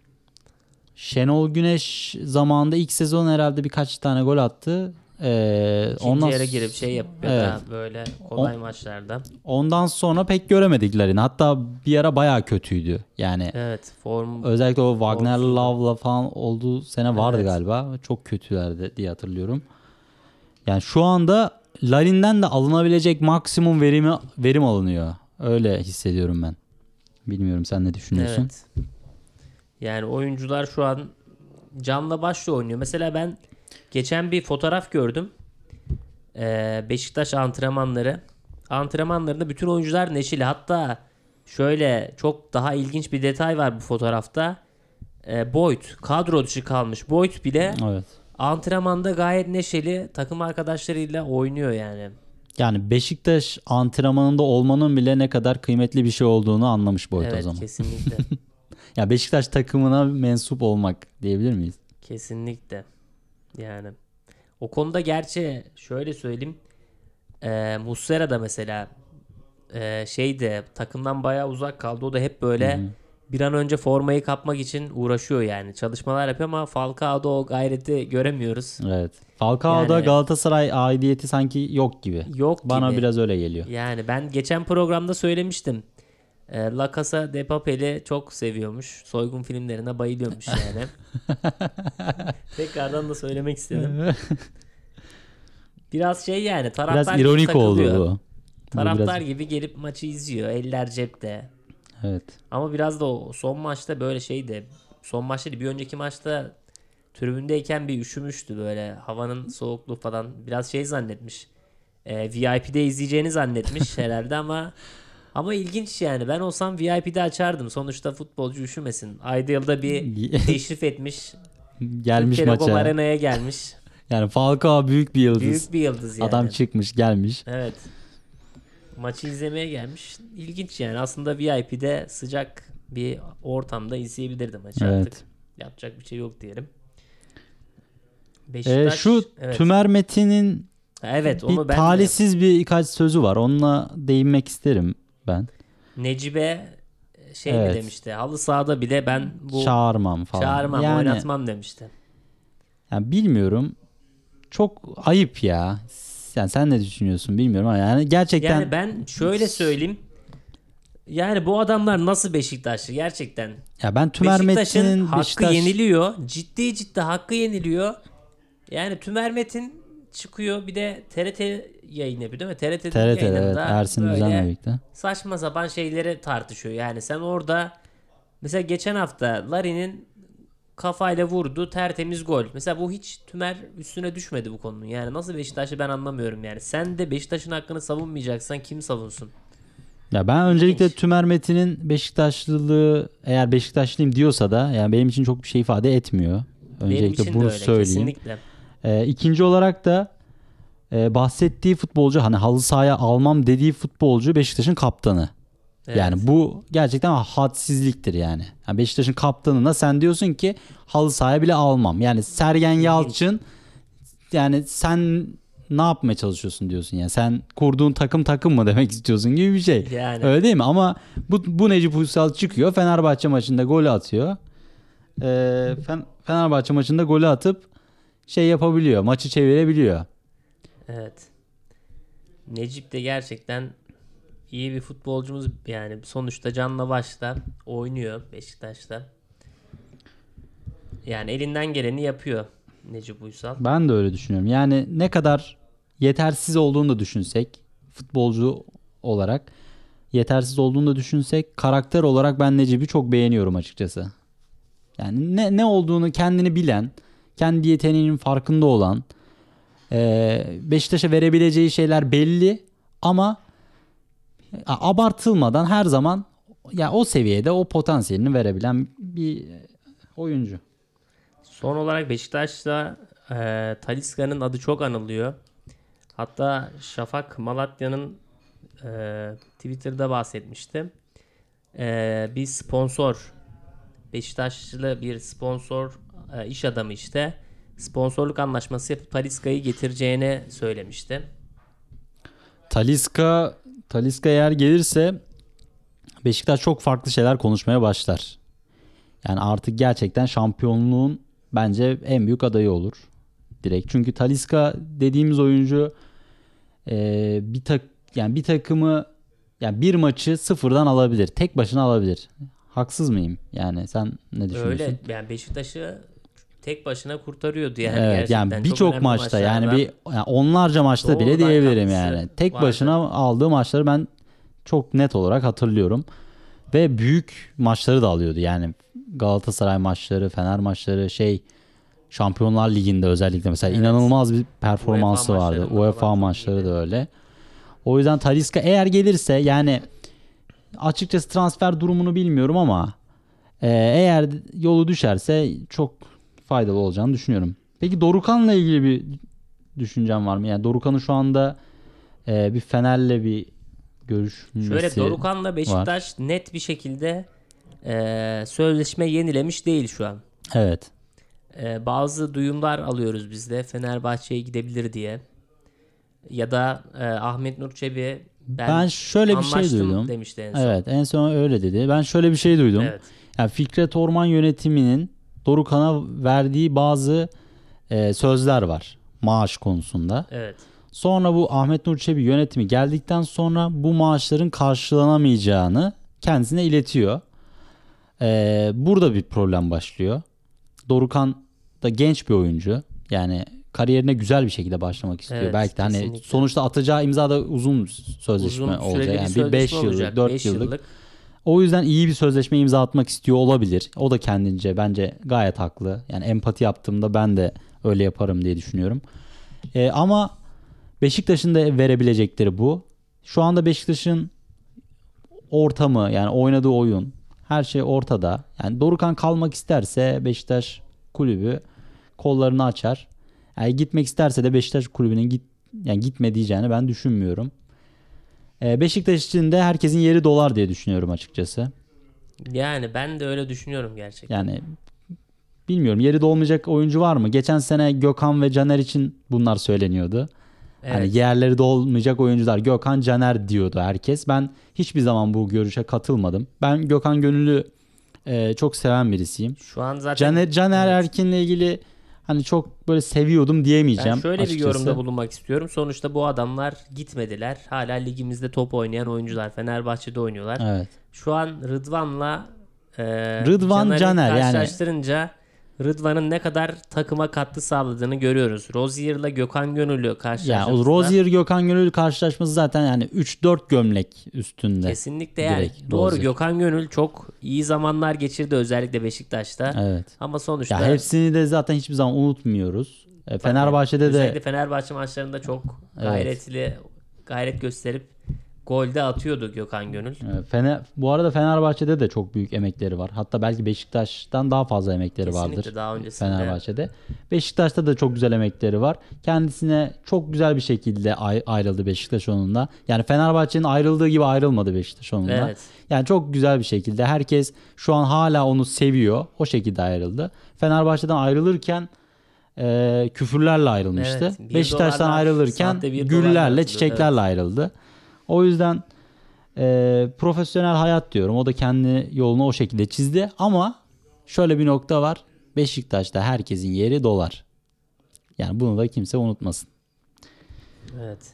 S1: Şenol Güneş zamanında ilk sezon herhalde birkaç tane gol attı. Ee,
S2: İkinci
S1: ondan
S2: yere girip şey yapıyor
S1: Evet.
S2: da böyle kolay maçlarda.
S1: Ondan sonra pek göremedik Larin'i. Hatta bir ara bayağı kötüydü. Yani
S2: Evet, form
S1: özellikle o Wagner
S2: formsuzdu.
S1: Love'la falan olduğu sene vardı
S2: Evet.
S1: galiba. Çok kötülerdi diye hatırlıyorum. Yani şu anda Larin'den de alınabilecek maksimum verimi verim alınıyor. Öyle hissediyorum ben. Bilmiyorum, sen ne düşünüyorsun?
S2: Evet. Yani oyuncular şu an canla başla oynuyor. Mesela ben geçen bir fotoğraf gördüm. Ee, Beşiktaş antrenmanları. Antrenmanlarında bütün oyuncular neşeli. Hatta şöyle çok daha ilginç bir detay var bu fotoğrafta. Ee, Boyd kadro dışı kalmış. Boyd bile
S1: Evet.
S2: antrenmanda gayet neşeli takım arkadaşlarıyla oynuyor yani.
S1: Yani Beşiktaş antrenmanında olmanın bile ne kadar kıymetli bir şey olduğunu anlamış Boyd o
S2: Evet,
S1: zaman.
S2: kesinlikle.
S1: Ya Beşiktaş takımına mensup olmak diyebilir miyiz?
S2: Kesinlikle. Yani o konuda gerçi şöyle söyleyeyim. E, Muslera da mesela e, şeyde takımdan bayağı uzak kaldı. O da hep böyle
S1: Hı hı.
S2: bir an önce formayı kapmak için uğraşıyor yani. Çalışmalar yapıyor ama Falcao'da o gayreti göremiyoruz.
S1: Evet. Falcao'da
S2: Yani-
S1: Galatasaray aidiyeti sanki yok gibi.
S2: Yok
S1: Bana
S2: gibi.
S1: biraz öyle geliyor.
S2: Yani ben geçen programda söylemiştim. E, La Casa de Papel'i çok seviyormuş. Soygun filmlerine bayılıyormuş yani. Tekrardan da söylemek istedim. Biraz şey yani taraftar
S1: Biraz
S2: gibi
S1: ironik oldu
S2: takılıyor.
S1: bu. Bu
S2: Taraftar
S1: biraz-
S2: gibi gelip maçı izliyor. Eller cepte.
S1: Evet.
S2: Ama biraz da o son maçta böyle şeydi. Son maçta değil, bir önceki maçta tribündeyken bir üşümüştü böyle. Havanın soğukluğu falan. Biraz şey zannetmiş. E, V I P'de izleyeceğini zannetmiş herhalde ama ama ilginç yani. Ben olsam V I P'de açardım. Sonuçta futbolcu üşümesin. Ayda yılda bir teşrif etmiş.
S1: Gelmiş
S2: Türk Telekom
S1: maça.
S2: Arena'ya gelmiş.
S1: Yani Falcao büyük bir yıldız.
S2: Büyük bir yıldız yani.
S1: Adam çıkmış gelmiş.
S2: Evet. Maçı izlemeye gelmiş. İlginç yani. Aslında V I P'de sıcak bir ortamda izleyebilirdim maçı
S1: Evet.
S2: artık. Yapacak bir şey yok diyelim.
S1: Ee,
S2: Beşiktaş.
S1: şu
S2: evet.
S1: Tümer Metin'in
S2: Evet,
S1: bir
S2: onu ben de-
S1: talihsiz birkaç sözü var. Onunla değinmek isterim ben.
S2: Necip'e şey
S1: Evet.
S2: mi demişti? Halı sahada bile ben bu
S1: Çağırmam falan.
S2: çağırmam,
S1: yani,
S2: oynatmam demişti.
S1: yani bilmiyorum. Çok ayıp ya. Yani sen ne düşünüyorsun bilmiyorum ama yani gerçekten
S2: Yani ben şöyle söyleyeyim. Yani bu adamlar nasıl Beşiktaşlı gerçekten?
S1: ya ben Tümer
S2: Beşiktaş'ın
S1: Metin'in
S2: hakkı
S1: Beşiktaş
S2: yeniliyor. Ciddi ciddi hakkı yeniliyor. Yani Tümer Metin çıkıyor bir de T R T yayın yapıyor değil mi? T R T'nin
S1: T R T'de evet,
S2: yayınında
S1: Ersin
S2: böyle
S1: Düzen'le birlikte.
S2: saçma sapan şeyleri tartışıyor. Yani sen orada mesela geçen hafta Larin'in kafayla vurdu, tertemiz gol. Mesela bu hiç Tümer üstüne düşmedi bu konunun. Yani nasıl Beşiktaş'ı ben anlamıyorum yani. Sen de Beşiktaş'ın hakkını savunmayacaksan kim savunsun?
S1: Ya ben
S2: İlginç.
S1: öncelikle Tümer Metin'in Beşiktaşlılığı, eğer Beşiktaşlıyım diyorsa da yani benim için çok bir şey ifade etmiyor. Öncelikle
S2: Benim için
S1: bunu
S2: de öyle
S1: söyleyeyim.
S2: kesinlikle.
S1: Ee, ikinci olarak da e, bahsettiği futbolcu, hani halı sahaya almam dediği futbolcu Beşiktaş'ın kaptanı.
S2: Evet.
S1: Yani bu gerçekten hadsizliktir yani. Yani Beşiktaş'ın kaptanına sen diyorsun ki halı sahaya bile almam. Yani Sergen Yalçın, yani sen ne yapmaya çalışıyorsun diyorsun yani. Sen kurduğun takım takım mı demek istiyorsun gibi bir şey.
S2: Yani.
S1: Öyle değil mi? Ama bu, bu Necip Uysal çıkıyor, Fenerbahçe maçında golü atıyor. Ee, Fen- Fenerbahçe maçında golü atıp şey yapabiliyor. Maçı çevirebiliyor.
S2: Evet. Necip de gerçekten iyi bir futbolcumuz, yani sonuçta canla başla oynuyor Beşiktaş'ta. Yani elinden geleni yapıyor Necip Uysal.
S1: Ben de öyle düşünüyorum. Yani ne kadar yetersiz olduğunu da düşünsek, futbolcu olarak yetersiz olduğunu da düşünsek, karakter olarak ben Necip'i çok beğeniyorum açıkçası. Yani ne ne olduğunu kendini bilen, kendi yeteneğinin farkında olan, e, Beşiktaş'a verebileceği şeyler belli ama abartılmadan her zaman ya o seviyede o potansiyelini verebilen bir oyuncu.
S2: Son olarak Beşiktaş'ta e, Talisca'nın adı çok anılıyor. Hatta Şafak Malatya'nın e, Twitter'da bahsetmişti. E, bir sponsor, Beşiktaşlı bir sponsor, e, iş adamı işte, sponsorluk anlaşması yapıp Talisca'yı getireceğini söylemişti.
S1: Talisca Talisca eğer gelirse Beşiktaş çok farklı şeyler konuşmaya başlar. Yani artık gerçekten şampiyonluğun bence en büyük adayı olur. Direkt. Çünkü Talisca dediğimiz oyuncu e, bir tak yani bir takımı, yani bir maçı sıfırdan alabilir. Tek başına alabilir. Haksız mıyım? Yani sen ne düşünüyorsun?
S2: Öyle yani, Beşiktaş'ı tek başına kurtarıyordu yani,
S1: Evet,
S2: gerçekten.
S1: yani
S2: Çok
S1: birçok
S2: önemli
S1: maçta, yani
S2: maçlarda.
S1: bir yani onlarca maçta bile
S2: Doğrudan
S1: diyebilirim
S2: katkısı
S1: yani. Tek
S2: vardı.
S1: başına aldığı maçları ben çok net olarak hatırlıyorum. Ve büyük maçları da alıyordu. Yani Galatasaray maçları, Fener maçları, şey Şampiyonlar Ligi'nde özellikle mesela
S2: Evet.
S1: inanılmaz bir performansı
S2: UEFA
S1: vardı.
S2: maçlarında
S1: UEFA
S2: falan çok
S1: maçları
S2: iyiydi.
S1: da öyle. O yüzden Talisca eğer gelirse, yani açıkçası transfer durumunu bilmiyorum ama e, eğer yolu düşerse çok faydalı olacağını düşünüyorum. Peki Dorukhan'la ilgili bir düşüncen var mı? Yani Dorukhan'ın şu anda e, bir Fener'le bir görüşmesi
S2: Şöyle, Dorukhan'la
S1: var.
S2: Beşiktaş net bir şekilde e, sözleşme yenilemiş değil şu an.
S1: Evet.
S2: E, bazı duyumlar alıyoruz biz de, Fenerbahçe'ye gidebilir diye. Ya da e, Ahmet Nur Çebi ben,
S1: Ben şöyle bir şey
S2: anlaştım
S1: duydum.
S2: demişti en son.
S1: Evet, en son öyle dedi. Ben şöyle bir şey duydum.
S2: Evet.
S1: Yani Fikret Orman yönetiminin Dorukhan'a verdiği bazı e, sözler var maaş konusunda.
S2: Evet.
S1: Sonra bu Ahmet Nur Çebi yönetimi geldikten sonra bu maaşların karşılanamayacağını kendisine iletiyor. E, burada bir problem başlıyor. Dorukhan da genç bir oyuncu. Yani kariyerine güzel bir şekilde başlamak istiyor.
S2: Evet,
S1: Belki de hani
S2: kesinlikle.
S1: sonuçta atacağı imza da uzun sözleşme
S2: Uzun
S1: olacak.
S2: süreli
S1: Yani
S2: bir
S1: bir beş
S2: sözleşme
S1: yıllık,
S2: olacak.
S1: dört
S2: beş
S1: yıllık.
S2: yıllık.
S1: O yüzden iyi bir sözleşme imza atmak istiyor olabilir. O da kendince bence gayet haklı. Yani empati yaptığımda ben de öyle yaparım diye düşünüyorum. Ee, ama Beşiktaş'ın da verebilecekleri bu. Şu anda Beşiktaş'ın ortamı, yani oynadığı oyun, her şey ortada. Yani Dorukhan kalmak isterse Beşiktaş kulübü kollarını açar. Yani gitmek isterse de Beşiktaş kulübünün git yani gitme diyeceğini ben düşünmüyorum. Ee, Beşiktaş için de herkesin yeri dolar diye düşünüyorum açıkçası.
S2: Yani ben de öyle düşünüyorum gerçekten.
S1: Yani bilmiyorum, yeri dolmayacak oyuncu var mı? Geçen sene Gökhan ve Caner için bunlar söyleniyordu.
S2: Evet.
S1: Hani yerleri dolmayacak oyuncular Gökhan, Caner diyordu herkes. Ben hiçbir zaman bu görüşe katılmadım. Ben Gökhan Gönüllü e, çok seven birisiyim.
S2: Şu an zaten
S1: Caner, Caner
S2: evet.
S1: Erkin'le ilgili hani çok böyle seviyordum diyemeyeceğim
S2: Ben şöyle
S1: açıkçası.
S2: bir yorumda bulunmak istiyorum. Sonuçta bu adamlar gitmediler. Hala ligimizde top oynayan oyuncular. Fenerbahçe'de oynuyorlar.
S1: Evet.
S2: Şu an Rıdvan'la e,
S1: Rıdvan,
S2: Caner'i
S1: Caner yani.
S2: karşılaştırınca Rıdvan'ın ne kadar takıma katkı sağladığını görüyoruz. Rozier'la Gökhan Gönüllü
S1: Yani
S2: karşılaşmasında.
S1: o Rozier Gökhan Gönül karşılaşması zaten yani üç dört gömlek üstünde.
S2: Kesinlikle yani.
S1: Direkt
S2: Doğru,
S1: Rozier.
S2: Gökhan Gönül çok iyi zamanlar geçirdi özellikle Beşiktaş'ta.
S1: Evet.
S2: Ama sonuçta
S1: Ya hepsini de zaten hiçbir zaman unutmuyoruz. E, Fenerbahçe'de de
S2: özellikle Fenerbahçe maçlarında çok gayretli gayret gösterip golde atıyordu Gökhan Gönül.
S1: Evet, Fener, bu arada Fenerbahçe'de de çok büyük emekleri var. Hatta belki Beşiktaş'tan daha fazla emekleri
S2: Kesinlikle
S1: vardır.
S2: daha öncesinde.
S1: Fenerbahçe'de. Beşiktaş'ta da çok güzel emekleri var. Kendisine çok güzel bir şekilde ay- ayrıldı Beşiktaş onunla. Yani Fenerbahçe'nin ayrıldığı gibi ayrılmadı Beşiktaş onunla.
S2: Evet.
S1: Yani çok güzel bir şekilde herkes şu an hala onu seviyor. O şekilde ayrıldı. Fenerbahçe'den ayrılırken e, küfürlerle ayrılmıştı.
S2: Evet, bir
S1: Beşiktaş'tan
S2: dolarlar,
S1: ayrılırken
S2: sahte bir dolarlar
S1: güllerle,
S2: atılıyordu,
S1: çiçeklerle ayrıldı. O yüzden e, profesyonel hayat diyorum. O da kendi yolunu o şekilde çizdi. Ama şöyle bir nokta var. Beşiktaş'ta herkesin yeri dolar. Yani bunu da kimse unutmasın.
S2: Evet.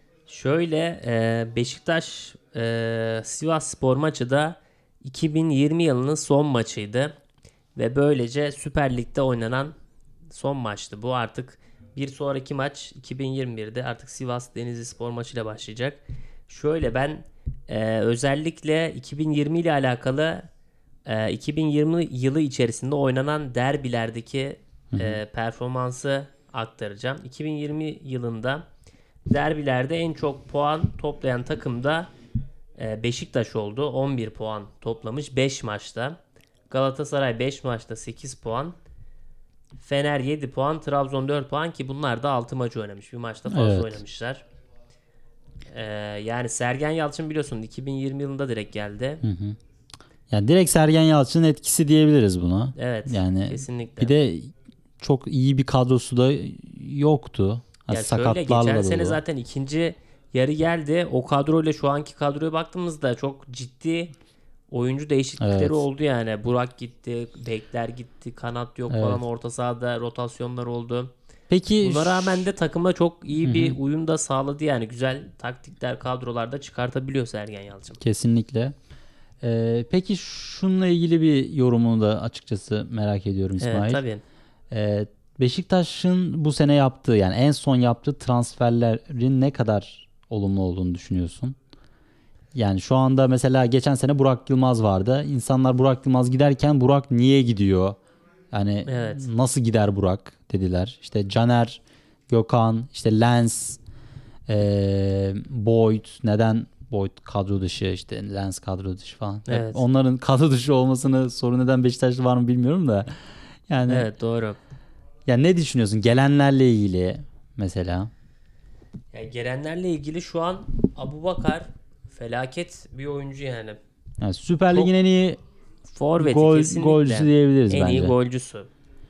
S2: Şöyle e, Beşiktaş e, Sivasspor maçı da iki bin yirmi yılının son maçıydı. Ve böylece Süper Lig'de oynanan son maçtı. Bu artık bir sonraki maç iki bin yirmi birde artık Sivas Denizlispor maçıyla başlayacak. Şöyle ben e, özellikle iki bin yirmi ile alakalı e, iki bin yirmi yılı içerisinde oynanan derbilerdeki e, performansı aktaracağım. iki bin yirmi yılında derbilerde en çok puan toplayan takım da e, Beşiktaş oldu. on bir puan toplamış beş maçta. Galatasaray beş maçta sekiz puan. Fener yedi puan. Trabzon dört puan ki bunlar da altı maç oynamış. Bir maçta fazla
S1: Evet.
S2: oynamışlar. Ee, yani Sergen Yalçın biliyorsun iki bin yirmi yılında direkt geldi.
S1: Hı hı. Yani direkt Sergen Yalçın'ın etkisi diyebiliriz buna.
S2: Evet.
S1: Yani
S2: kesinlikle.
S1: bir de çok iyi bir kadrosu da yoktu. Ha,
S2: ya şöyle
S1: sakatlarla
S2: geçen
S1: da
S2: sene
S1: dolu.
S2: zaten ikinci yarı geldi. O kadroyla şu anki kadroya baktığımızda çok ciddi oyuncu değişiklikleri
S1: Evet.
S2: oldu yani. Burak gitti, bekler gitti, kanat yok
S1: Evet.
S2: falan, orta sahada rotasyonlar oldu.
S1: Peki
S2: Buna rağmen de takıma çok iyi
S1: Hı hı.
S2: bir uyum da sağladı yani. Güzel taktikler, kadrolarda çıkartabiliyor Sergen Yalçın.
S1: kesinlikle. Ee, peki şununla ilgili bir yorumunu da açıkçası merak ediyorum İsmail.
S2: Evet tabii.
S1: Ee, Beşiktaş'ın bu sene yaptığı yani en son yaptığı transferlerin ne kadar olumlu olduğunu düşünüyorsun? Yani şu anda mesela geçen sene Burak Yılmaz vardı. İnsanlar Burak Yılmaz giderken Burak niye gidiyor? Yani
S2: Evet.
S1: nasıl gider Burak dediler. İşte Caner, Gökhan, işte Lens, ee, Boyd neden Boyd kadro dışı, işte Lens kadro dışı falan. Hep
S2: Evet.
S1: onların kadro dışı olmasını sorun neden Beşiktaşlı var mı bilmiyorum da. Yani
S2: Evet doğru.
S1: ya ne düşünüyorsun gelenlerle ilgili mesela?
S2: Yani gelenlerle ilgili şu an Abubakar felaket bir oyuncu yani.
S1: Yani Süper
S2: Çok
S1: Lig'in en iyi
S2: Forveti
S1: gol
S2: kesinlikle.
S1: golcüsü diyebiliriz
S2: en
S1: bence.
S2: iyi golcüsü.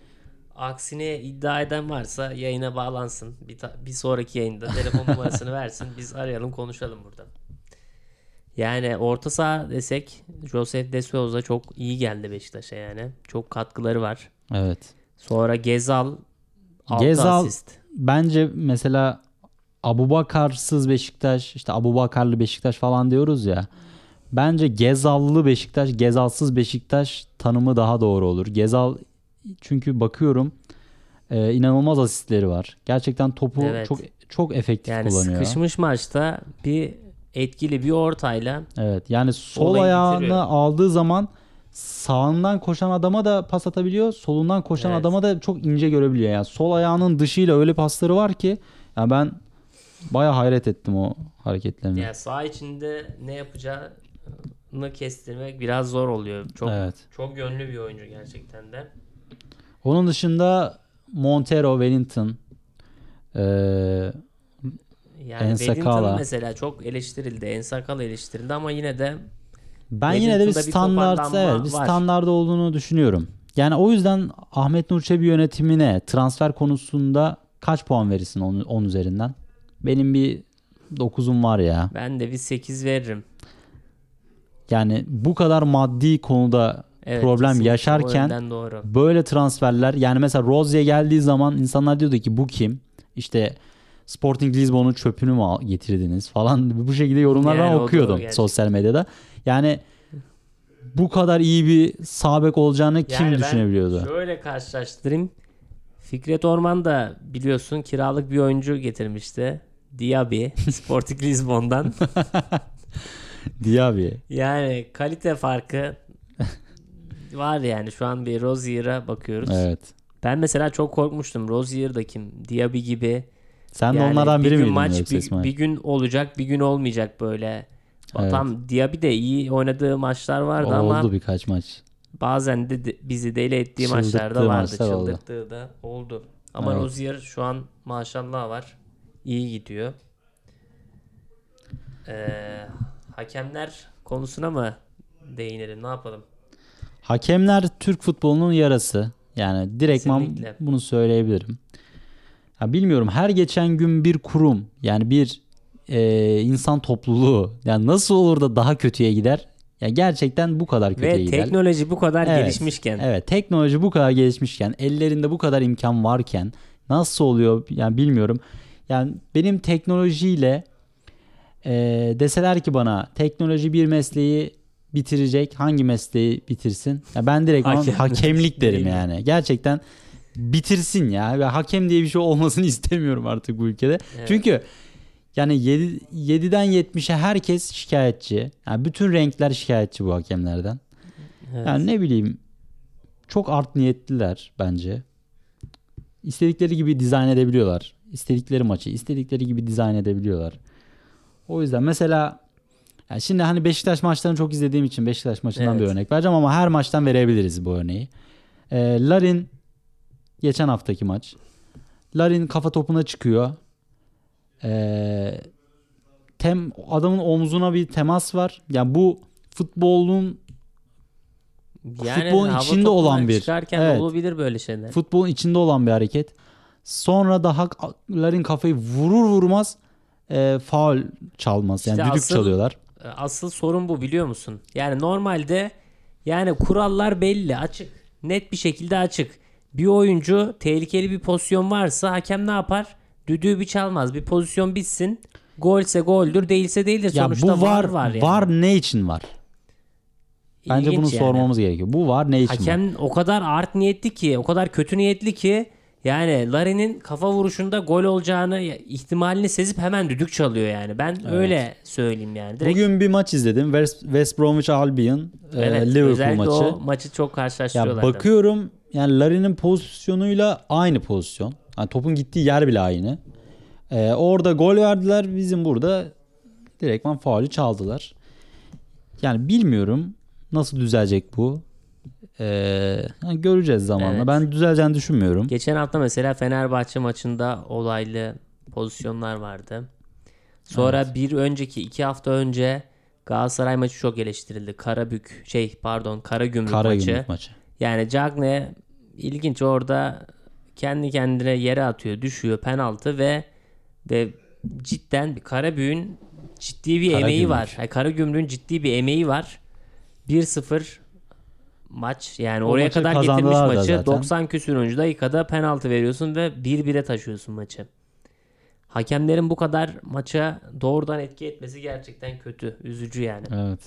S2: Aksine iddia eden varsa yayına bağlansın. Bir, ta- bir sonraki yayında telefon numarasını versin. Biz arayalım, konuşalım burada. Yani orta saha desek Josef De Souza çok iyi geldi Beşiktaş'a yani. Çok katkıları var.
S1: Evet.
S2: Sonra Gezal altı
S1: Gezal
S2: asist.
S1: bence mesela Abubakarsız Beşiktaş, işte Abubakarlı Beşiktaş falan diyoruz ya. Bence Gezallı Beşiktaş, Gezalsız Beşiktaş tanımı daha doğru olur. Gezal çünkü bakıyorum e, inanılmaz asistleri var. Gerçekten topu
S2: Evet.
S1: çok çok efektif
S2: Yani
S1: kullanıyor.
S2: sıkışmış maçta bir etkili bir ortayla
S1: Evet. Yani sol
S2: Olayı
S1: ayağını
S2: bitiriyor.
S1: aldığı zaman sağından koşan adama da pas atabiliyor. Solundan koşan
S2: Evet.
S1: adama da çok ince görebiliyor. Yani sol ayağının dışıyla öyle pasları var ki yani ben baya hayret ettim o hareketlerine.
S2: yani saha içinde ne yapacağını kestirmek biraz zor oluyor. Çok
S1: Evet.
S2: çok yönlü bir oyuncu gerçekten de.
S1: Onun dışında Montero, Wellington, eee
S2: Yani
S1: Ensakala.
S2: Wellington mesela çok eleştirildi. Ensakala eleştirildi ama yine de
S1: ben yine de bir
S2: Wellington'da bir
S1: standart,
S2: toparlanma
S1: evet, bir
S2: var.
S1: standart olduğunu düşünüyorum. Yani o yüzden Ahmet Nur Çebi yönetimine transfer konusunda kaç puan verirsin on üzerinden? Benim bir dokuzum var ya.
S2: ben de bir sekiz veririm.
S1: Yani bu kadar maddi konuda
S2: Evet,
S1: problem
S2: kesinlikle o
S1: yaşarken
S2: yönden doğru.
S1: böyle transferler, yani mesela Rozier geldiği zaman insanlar diyordu ki bu kim? İşte Sporting Lisbon'un çöpünü mü getirdiniz falan, bu şekilde yorumlar
S2: Yani
S1: ben
S2: o doğru
S1: okuyordum
S2: gerçekten.
S1: sosyal medyada. Yani bu kadar iyi bir sağ bek olacağını kim
S2: Yani ben
S1: düşünebiliyordu?
S2: şöyle karşılaştırayım. Fikret Orman da biliyorsun kiralık bir oyuncu getirmişti. Diaby, Sporting Lisbon'dan.
S1: Diaby.
S2: Yani kalite farkı var yani. Şu an bir Rozier'a bakıyoruz.
S1: Evet.
S2: Ben mesela çok korkmuştum. Rozier da kim? Diaby gibi.
S1: Sen de
S2: Yani
S1: onlardan
S2: bir
S1: biri
S2: gün
S1: miydin
S2: maç
S1: yoksa
S2: bir,
S1: İsmail?
S2: bir gün olacak, bir gün olmayacak böyle.
S1: Evet.
S2: Tam Diaby de iyi oynadığı maçlar vardı
S1: Oldu
S2: ama
S1: birkaç maç.
S2: bazen de, de bizi deli ettiği
S1: Çıldırttığı
S2: maçlarda vardı.
S1: maçlar oldu.
S2: Çıldırttığı da oldu. Ama
S1: Evet.
S2: Rozier şu an maşallah var. İyi gidiyor. Ee, hakemler konusuna mı değinelim? Ne yapalım?
S1: Hakemler Türk futbolunun yarası. Yani direktman
S2: Kesinlikle.
S1: bunu söyleyebilirim. Ya bilmiyorum, her geçen gün bir kurum, yani bir e, insan topluluğu, yani nasıl olur da daha kötüye gider? Ya gerçekten bu kadar kötüye
S2: Ve
S1: gider.
S2: teknoloji bu kadar
S1: Evet,
S2: gelişmişken.
S1: Evet, teknoloji bu kadar gelişmişken, ellerinde bu kadar imkan varken nasıl oluyor yani bilmiyorum. Yani benim teknolojiyle e, deseler ki bana teknoloji bir mesleği bitirecek, hangi mesleği bitirsin? Ya ben direkt
S2: Hakem.
S1: hakemlik derim
S2: Değil mi?
S1: yani. Gerçekten bitirsin ya. Ve hakem diye bir şey olmasını istemiyorum artık bu ülkede.
S2: Evet.
S1: Çünkü yani yediden yetmişe herkes şikayetçi. Yani bütün renkler şikayetçi bu hakemlerden.
S2: Evet.
S1: Yani ne bileyim, çok art niyetliler bence. İstedikleri gibi dizayn edebiliyorlar. İstedikleri maçı istedikleri gibi dizayn edebiliyorlar. O yüzden mesela yani şimdi hani Beşiktaş maçlarını çok izlediğim için Beşiktaş maçından
S2: Evet.
S1: bir örnek vereceğim ama her maçtan verebiliriz bu örneği. Ee, Larin geçen haftaki maç. Larin kafa topuna çıkıyor. Ee, tem adamın omzuna bir temas var. Yani bu futbolun futbolun
S2: hava
S1: içinde
S2: topundan
S1: olan bir-
S2: çıkarken
S1: evet.
S2: olabilir böyle şeyler.
S1: futbolun içinde olan bir hareket. Sonra da Larin kafayı vurur vurmaz e, faul çalması. Yani
S2: İşte
S1: düdük
S2: asıl-
S1: çalıyorlar.
S2: Asıl sorun bu, biliyor musun? Yani normalde yani kurallar belli, açık. Net bir şekilde açık. Bir oyuncu tehlikeli bir pozisyon varsa hakem ne yapar? Düdüğü bir çalmaz. Bir pozisyon bitsin. Golse goldür, değilse değildir.
S1: Ya
S2: Sonuçta
S1: bu var
S2: var var yani.
S1: var ne için var? Bence
S2: İlginç
S1: bunu
S2: yani.
S1: sormamız gerekiyor. Bu var ne için var?
S2: Hakem o kadar art niyetli ki, o kadar kötü niyetli ki yani Larin'in kafa vuruşunda gol olacağını ihtimalini sezip hemen düdük çalıyor yani. Ben öyle söyleyeyim yani. Direkt,
S1: Bugün bir maç izledim. West, West Bromwich Albion e,
S2: evet,
S1: Liverpool
S2: özellikle
S1: maçı.
S2: o maçı çok
S1: Ya
S2: karşılaştırıyorlar.
S1: bakıyorum yani Larin'in pozisyonuyla aynı pozisyon. Yani topun gittiği yer bile aynı. E, orada gol verdiler. Bizim burada direktman faulü çaldılar. Yani bilmiyorum nasıl düzelecek bu. E, yani göreceğiz zamanla.
S2: Evet.
S1: Ben düzeleceğini düşünmüyorum.
S2: Geçen hafta mesela Fenerbahçe maçında olaylı pozisyonlar vardı. Sonra
S1: Evet.
S2: bir önceki iki hafta önce Galatasaray maçı çok eleştirildi. Karabük şey pardon Karagümrük maçı.
S1: Karagümrük maçı.
S2: Yani Cagne ilginç, orada kendi kendine yere atıyor, düşüyor, penaltı ve ve cidden bir Karabük'ün ciddi bir emeği
S1: Karagümrük.
S2: var. Yani Karagümrük'ün ciddi bir emeği var. bir sıfır maç yani
S1: O
S2: oraya
S1: maçı
S2: kadar getirmiş
S1: kazandılar da
S2: maçı.
S1: zaten.
S2: doksan küsürüncü dakikada penaltı veriyorsun ve bir bire taşıyorsun maçı. Hakemlerin bu kadar maça doğrudan etki etmesi gerçekten kötü. Üzücü yani.
S1: Evet.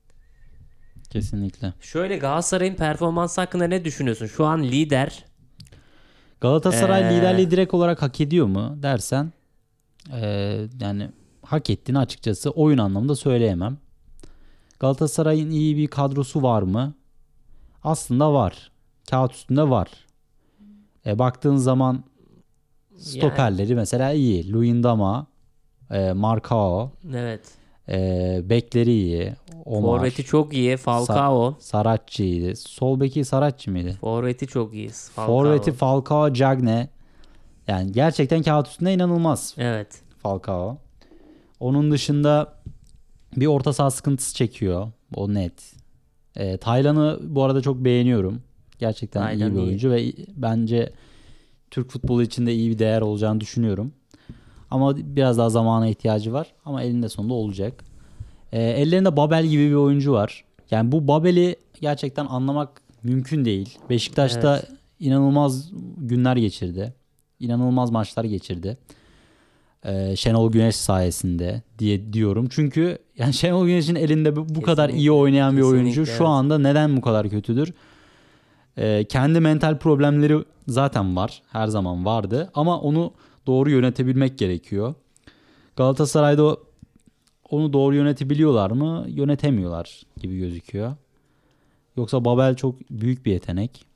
S1: Kesinlikle.
S2: Şöyle, Galatasaray'ın performansı hakkında ne düşünüyorsun? Şu an lider.
S1: Galatasaray
S2: Ee,
S1: liderliği direkt olarak hak ediyor mu dersen ee, yani hak ettiğini açıkçası oyun anlamında söyleyemem. Galatasaray'ın iyi bir kadrosu var mı? Aslında var. Kağıt üstünde var. E, baktığın zaman stoperleri mesela iyi. Luyendama, e, Marcao,
S2: Evet.
S1: e, bekleri iyi. Omar,
S2: Forveti çok iyi. Falcao.
S1: Sa- Saracchi iyiydi. Sol beki Saracchi miydi?
S2: Forveti çok iyi. Falcao.
S1: Forveti Falcao, Cagne. Yani gerçekten kağıt üstünde inanılmaz
S2: Evet.
S1: Falcao. Onun dışında bir orta saha sıkıntısı çekiyor. O net. E, Taylan'ı bu arada çok beğeniyorum. Gerçekten
S2: Taylan
S1: iyi bir
S2: iyi.
S1: oyuncu ve bence Türk futbolu için de iyi bir değer olacağını düşünüyorum. Ama biraz daha zamana ihtiyacı var. Ama elinde sonunda olacak. E, ellerinde Babel gibi bir oyuncu var. Yani bu Babel'i gerçekten anlamak mümkün değil. Beşiktaş'ta
S2: Evet.
S1: inanılmaz günler geçirdi. İnanılmaz maçlar geçirdi. Ee, Şenol Güneş sayesinde diye diyorum. Çünkü yani Şenol Güneş'in elinde bu, bu kadar iyi oynayan bir oyuncu
S2: kesinlikle,
S1: şu
S2: evet.
S1: anda neden bu kadar kötüdür? Ee, kendi mental problemleri zaten var. Her zaman vardı. Ama onu doğru yönetebilmek gerekiyor. Galatasaray'da o- onu doğru yönetebiliyorlar mı? Yönetemiyorlar gibi gözüküyor. Yoksa Babel çok büyük bir yetenek.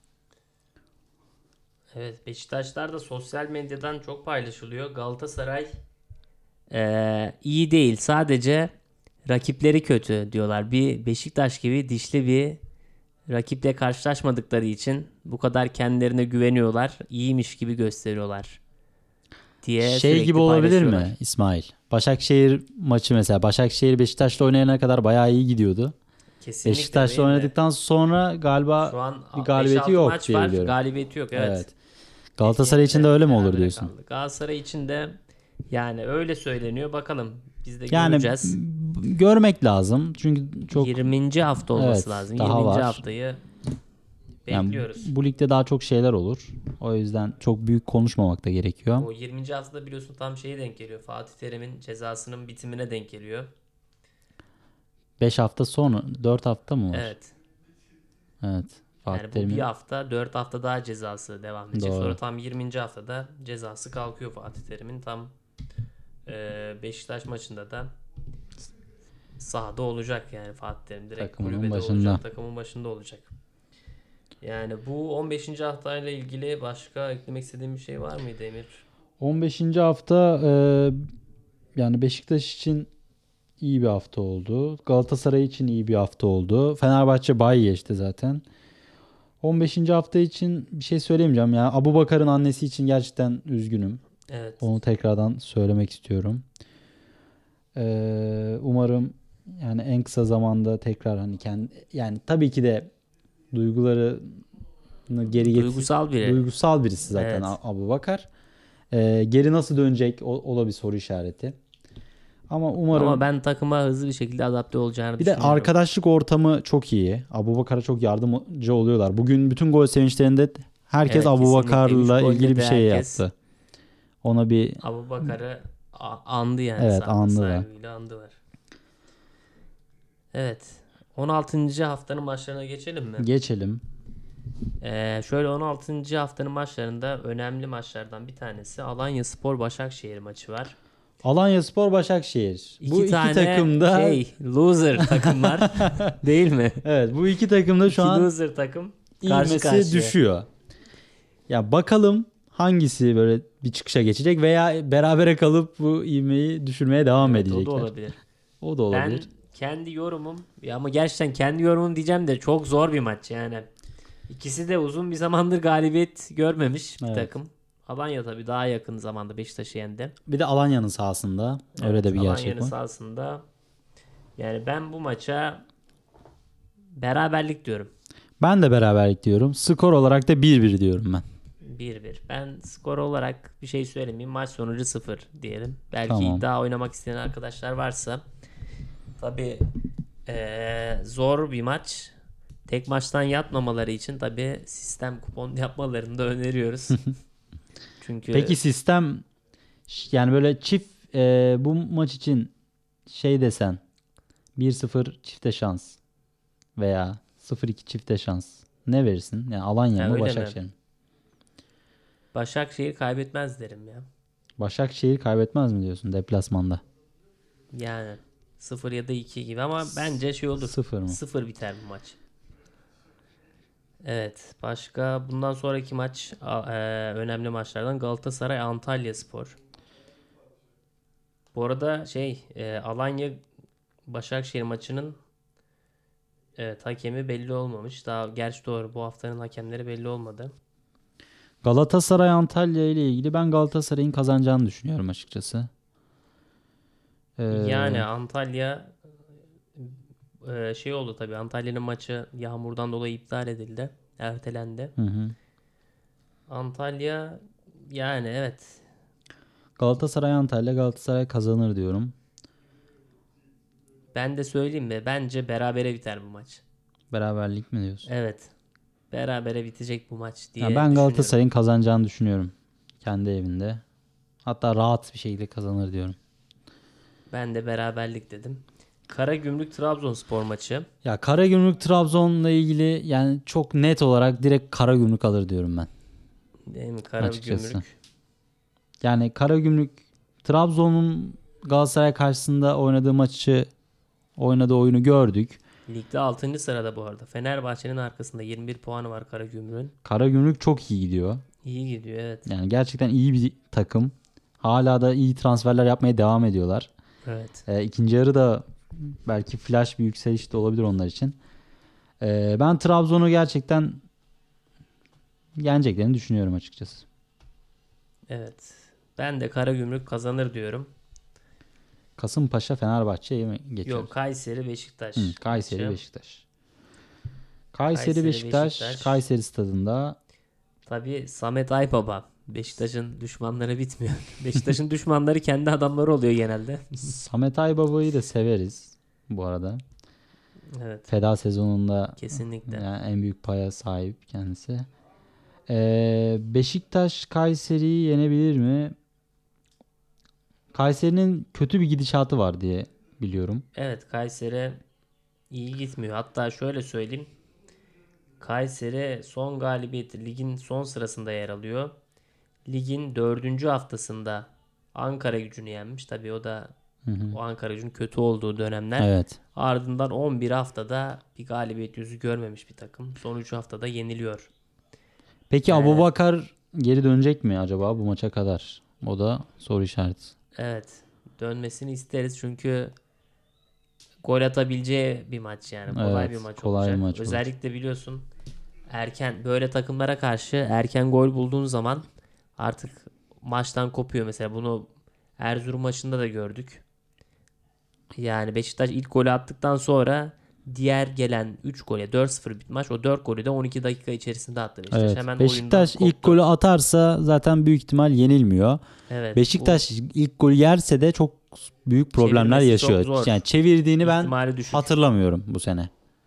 S2: Evet, Beşiktaşlar da sosyal medyadan çok paylaşılıyor. Galatasaray eee, iyi değil. Sadece rakipleri kötü diyorlar. Bir Beşiktaş gibi dişli bir rakiple karşılaşmadıkları için bu kadar kendilerine güveniyorlar. İyiymiş gibi gösteriyorlar diye
S1: Şey gibi
S2: sürekli
S1: olabilir
S2: paylaşıyorlar.
S1: mi İsmail? Başakşehir maçı mesela. Başakşehir Beşiktaş'la oynayana kadar bayağı iyi gidiyordu.
S2: Kesinlikle
S1: Beşiktaş'la
S2: değil mi?
S1: oynadıktan sonra galiba
S2: Şu an
S1: bir
S2: beş
S1: galibiyeti
S2: altı
S1: yok
S2: maç
S1: diye
S2: var.
S1: biliyorum.
S2: Galibiyeti yok, evet.
S1: Evet. Galatasaray için de
S2: Hep
S1: öyle mi olur
S2: berabere
S1: diyorsun?
S2: kaldı. Galatasaray için de yani öyle söyleniyor. Bakalım biz de
S1: Yani
S2: göreceğiz.
S1: b- görmek lazım. Çünkü çok
S2: yirminci hafta olması
S1: evet,
S2: lazım.
S1: daha
S2: yirminci
S1: var.
S2: haftayı
S1: Yani
S2: bekliyoruz.
S1: bu ligde daha çok şeyler olur. O yüzden çok büyük konuşmamak da gerekiyor.
S2: O yirminci haftada biliyorsun tam şeye denk geliyor. Fatih Terim'in cezasının bitimine denk geliyor.
S1: beş hafta sonra dört hafta mı var?
S2: Evet.
S1: Evet. Fatih
S2: Yani bu bir
S1: Terim'in
S2: hafta, dört hafta daha cezası devam edecek.
S1: Doğru.
S2: Sonra tam yirminci haftada cezası kalkıyor Fatih Terim'in. Tam e, Beşiktaş maçında da sahada olacak yani Fatih Terim. Direkt
S1: Takımının
S2: kulübede
S1: başında.
S2: olacak, takımın başında olacak. Yani bu on beşinci haftayla ilgili başka eklemek istediğim bir şey var mıydı Emir?
S1: on beşinci hafta e, yani Beşiktaş için iyi bir hafta oldu. Galatasaray için iyi bir hafta oldu. Fenerbahçe bay geçti zaten. on beşinci hafta için bir şey söyleyemeyeceğim. Yani Abubakar'ın annesi için gerçekten üzgünüm.
S2: Evet.
S1: Onu tekrardan söylemek istiyorum. Ee, umarım yani en kısa zamanda tekrar hani kendi yani tabii ki de duygularını geri getir
S2: Duygusal biri.
S1: duygusal birisi zaten
S2: Evet.
S1: A- Abubakar. Ee, geri nasıl dönecek o, o da bir soru işareti. Ama umarım
S2: Ama ben takıma hızlı bir şekilde adapte olacağını
S1: bir de
S2: düşünüyorum.
S1: arkadaşlık ortamı çok iyi. Abubakar'a çok yardımcı oluyorlar. Bugün bütün gol sevinçlerinde herkes
S2: Evet,
S1: Abubakar'la
S2: kesinlikle. Üç
S1: ilgili
S2: golde
S1: bir
S2: de
S1: şey
S2: herkes
S1: yaptı. Ona bir
S2: Abubakar'ı a- andı yani,
S1: evet
S2: sahada
S1: andılar.
S2: sahibiyle andılar. Evet. on altıncı haftanın maçlarına geçelim mi?
S1: Geçelim.
S2: Ee, şöyle on altıncı haftanın maçlarında önemli maçlardan bir tanesi Alanyaspor Başakşehir maçı var.
S1: Alanyaspor Başakşehir.
S2: İki
S1: Bu iki
S2: tane
S1: takım da
S2: şey loser takımlar değil mi?
S1: evet bu iki takım da şu
S2: İki
S1: an
S2: loser takım karşı
S1: ivmesi
S2: karşıya.
S1: düşüyor. Ya bakalım hangisi böyle bir çıkışa geçecek veya berabere kalıp bu ivmeyi düşürmeye devam
S2: Evet, o
S1: edecekler.
S2: da olabilir.
S1: O da olabilir.
S2: Ben kendi yorumum ya ama gerçekten kendi yorumum diyeceğim de çok zor bir maç yani. İkisi de uzun bir zamandır galibiyet görmemiş bir
S1: Evet.
S2: takım. Alanya tabii daha yakın zamanda Beşiktaş'ı yendi.
S1: Bir de Alanya'nın sahasında öyle
S2: Evet,
S1: de bir gerçek
S2: Alanya'nın
S1: var.
S2: sahasında. Yani ben bu maça beraberlik diyorum.
S1: Ben de beraberlik diyorum. Skor olarak da bir bir diyorum ben.
S2: bir bir. Ben skor olarak bir şey söylemeyeyim. Maç sonucu sıfır diyelim. Belki
S1: Tamam.
S2: iddia oynamak isteyen arkadaşlar varsa. Tabii eee, zor bir maç. Tek maçtan yatmamaları için tabii sistem kupon yapmalarını da öneriyoruz. Çünkü
S1: Peki sistem ş- yani böyle çift e, bu maç için şey desen bir sıfır çifte şans veya sıfır iki çifte şans ne verirsin? Yani Alanya
S2: Ha,
S1: mı
S2: öyle mi?
S1: Başakşehir mi?
S2: Başakşehir kaybetmez derim ya.
S1: Başakşehir kaybetmez mi diyorsun deplasmanda?
S2: Yani sıfır ya da iki gibi ama bence şey olur.
S1: Sıfır mı?
S2: sıfır biter bu maç. Evet. Başka bundan sonraki maç a- e, önemli maçlardan Galatasaray Antalyaspor. Bu arada şey e, Alanya Başakşehir maçının evet, hakemi belli olmamış. Daha gerçi doğru bu haftanın hakemleri belli olmadı.
S1: Galatasaray Antalya ile ilgili ben Galatasaray'ın kazanacağını düşünüyorum açıkçası. Ee,
S2: Yani Antalya e, şey oldu tabii, Antalya'nın maçı yağmurdan dolayı iptal edildi. Ertelendi.
S1: hı hı.
S2: Antalya yani evet.
S1: Galatasaray Antalya Galatasaray kazanır diyorum.
S2: Ben de söyleyeyim mi? Bence berabere biter bu maç.
S1: Beraberlik mi diyorsun?
S2: Evet. Berabere bitecek bu maç diye
S1: Ya ben
S2: düşünüyorum.
S1: Galatasaray'ın kazanacağını düşünüyorum. Kendi evinde. Hatta rahat bir şekilde kazanır diyorum.
S2: Ben de beraberlik dedim. Karagümrük Trabzonspor maçı.
S1: Ya Karagümrük Trabzon'la ilgili yani çok net olarak direkt Karagümrük alır diyorum ben.
S2: Değil mi?
S1: Açıkçası.
S2: Karagümrük.
S1: Yani Karagümrük Trabzon'un Galatasaray karşısında oynadığı maçı oynadığı oyunu gördük.
S2: Ligde altıncı sırada bu arada. Fenerbahçe'nin arkasında yirmi bir puanı var Karagümrük'ün.
S1: Karagümrük çok iyi gidiyor.
S2: İyi gidiyor evet.
S1: Yani gerçekten iyi bir takım. Hala da iyi transferler yapmaya devam ediyorlar.
S2: Evet.
S1: Ee, ikinci yarı da belki flash bir yükseliş de olabilir onlar için. Ee, ben Trabzon'u gerçekten yeneceklerini düşünüyorum açıkçası.
S2: Evet. Ben de Karagümrük kazanır diyorum.
S1: Kasımpaşa Fenerbahçe'ye mi geçiyoruz?
S2: Yok, Kayseri Beşiktaş.
S1: Hı, Kayseri
S2: maçı.
S1: Beşiktaş. Kayseri,
S2: Kayseri,
S1: Beşiktaş,
S2: Beşiktaş.
S1: Kayseri stadında.
S2: Tabii Samet Aybaba. Beşiktaş'ın düşmanları bitmiyor. Beşiktaş'ın düşmanları kendi adamları oluyor genelde.
S1: Samet Aybaba'yı da severiz bu arada.
S2: Evet.
S1: Feda sezonunda
S2: Kesinlikle.
S1: yani en büyük paya sahip kendisi. Ee, Beşiktaş Kayseri'yi yenebilir mi? Kayseri'nin kötü bir gidişatı var diye biliyorum.
S2: Evet, Kayseri iyi gitmiyor. Hatta şöyle söyleyeyim. Kayseri son galibiyeti ligin son sırasında yer alıyor. Ligin dördüncü haftasında Ankaragücü'nü yenmiş. Tabii o da
S1: Hı hı.
S2: o Ankaragücü'nün kötü olduğu dönemler.
S1: Evet.
S2: Ardından on bir haftada bir galibiyet yüzü görmemiş bir takım. Son üç haftada yeniliyor.
S1: Peki
S2: Ee,
S1: Abubakar geri dönecek mi acaba bu maça kadar? O da soru işareti.
S2: Evet. Dönmesini isteriz çünkü gol atabileceği bir maç yani. Kolay
S1: Evet,
S2: bir maç
S1: kolay
S2: olacak.
S1: bir maç
S2: Özellikle biliyorsun erken böyle takımlara karşı erken gol bulduğun zaman artık maçtan kopuyor. Mesela bunu Erzurum maçında da gördük. Yani Beşiktaş ilk golü attıktan sonra diğer gelen üç gole dört sıfır bit maç. O dört golü de on iki dakika içerisinde attı Beşiktaş.
S1: Evet.
S2: Hemen
S1: Beşiktaş
S2: oyundan
S1: ilk
S2: koptu.
S1: golü atarsa zaten büyük ihtimal yenilmiyor.
S2: Evet,
S1: Beşiktaş ilk golü yerse de çok büyük problemler
S2: Çevirmesi
S1: yaşıyor.
S2: çok zor.
S1: Yani çevirdiğini ben
S2: ihtimali düşük.
S1: hatırlamıyorum bu sene.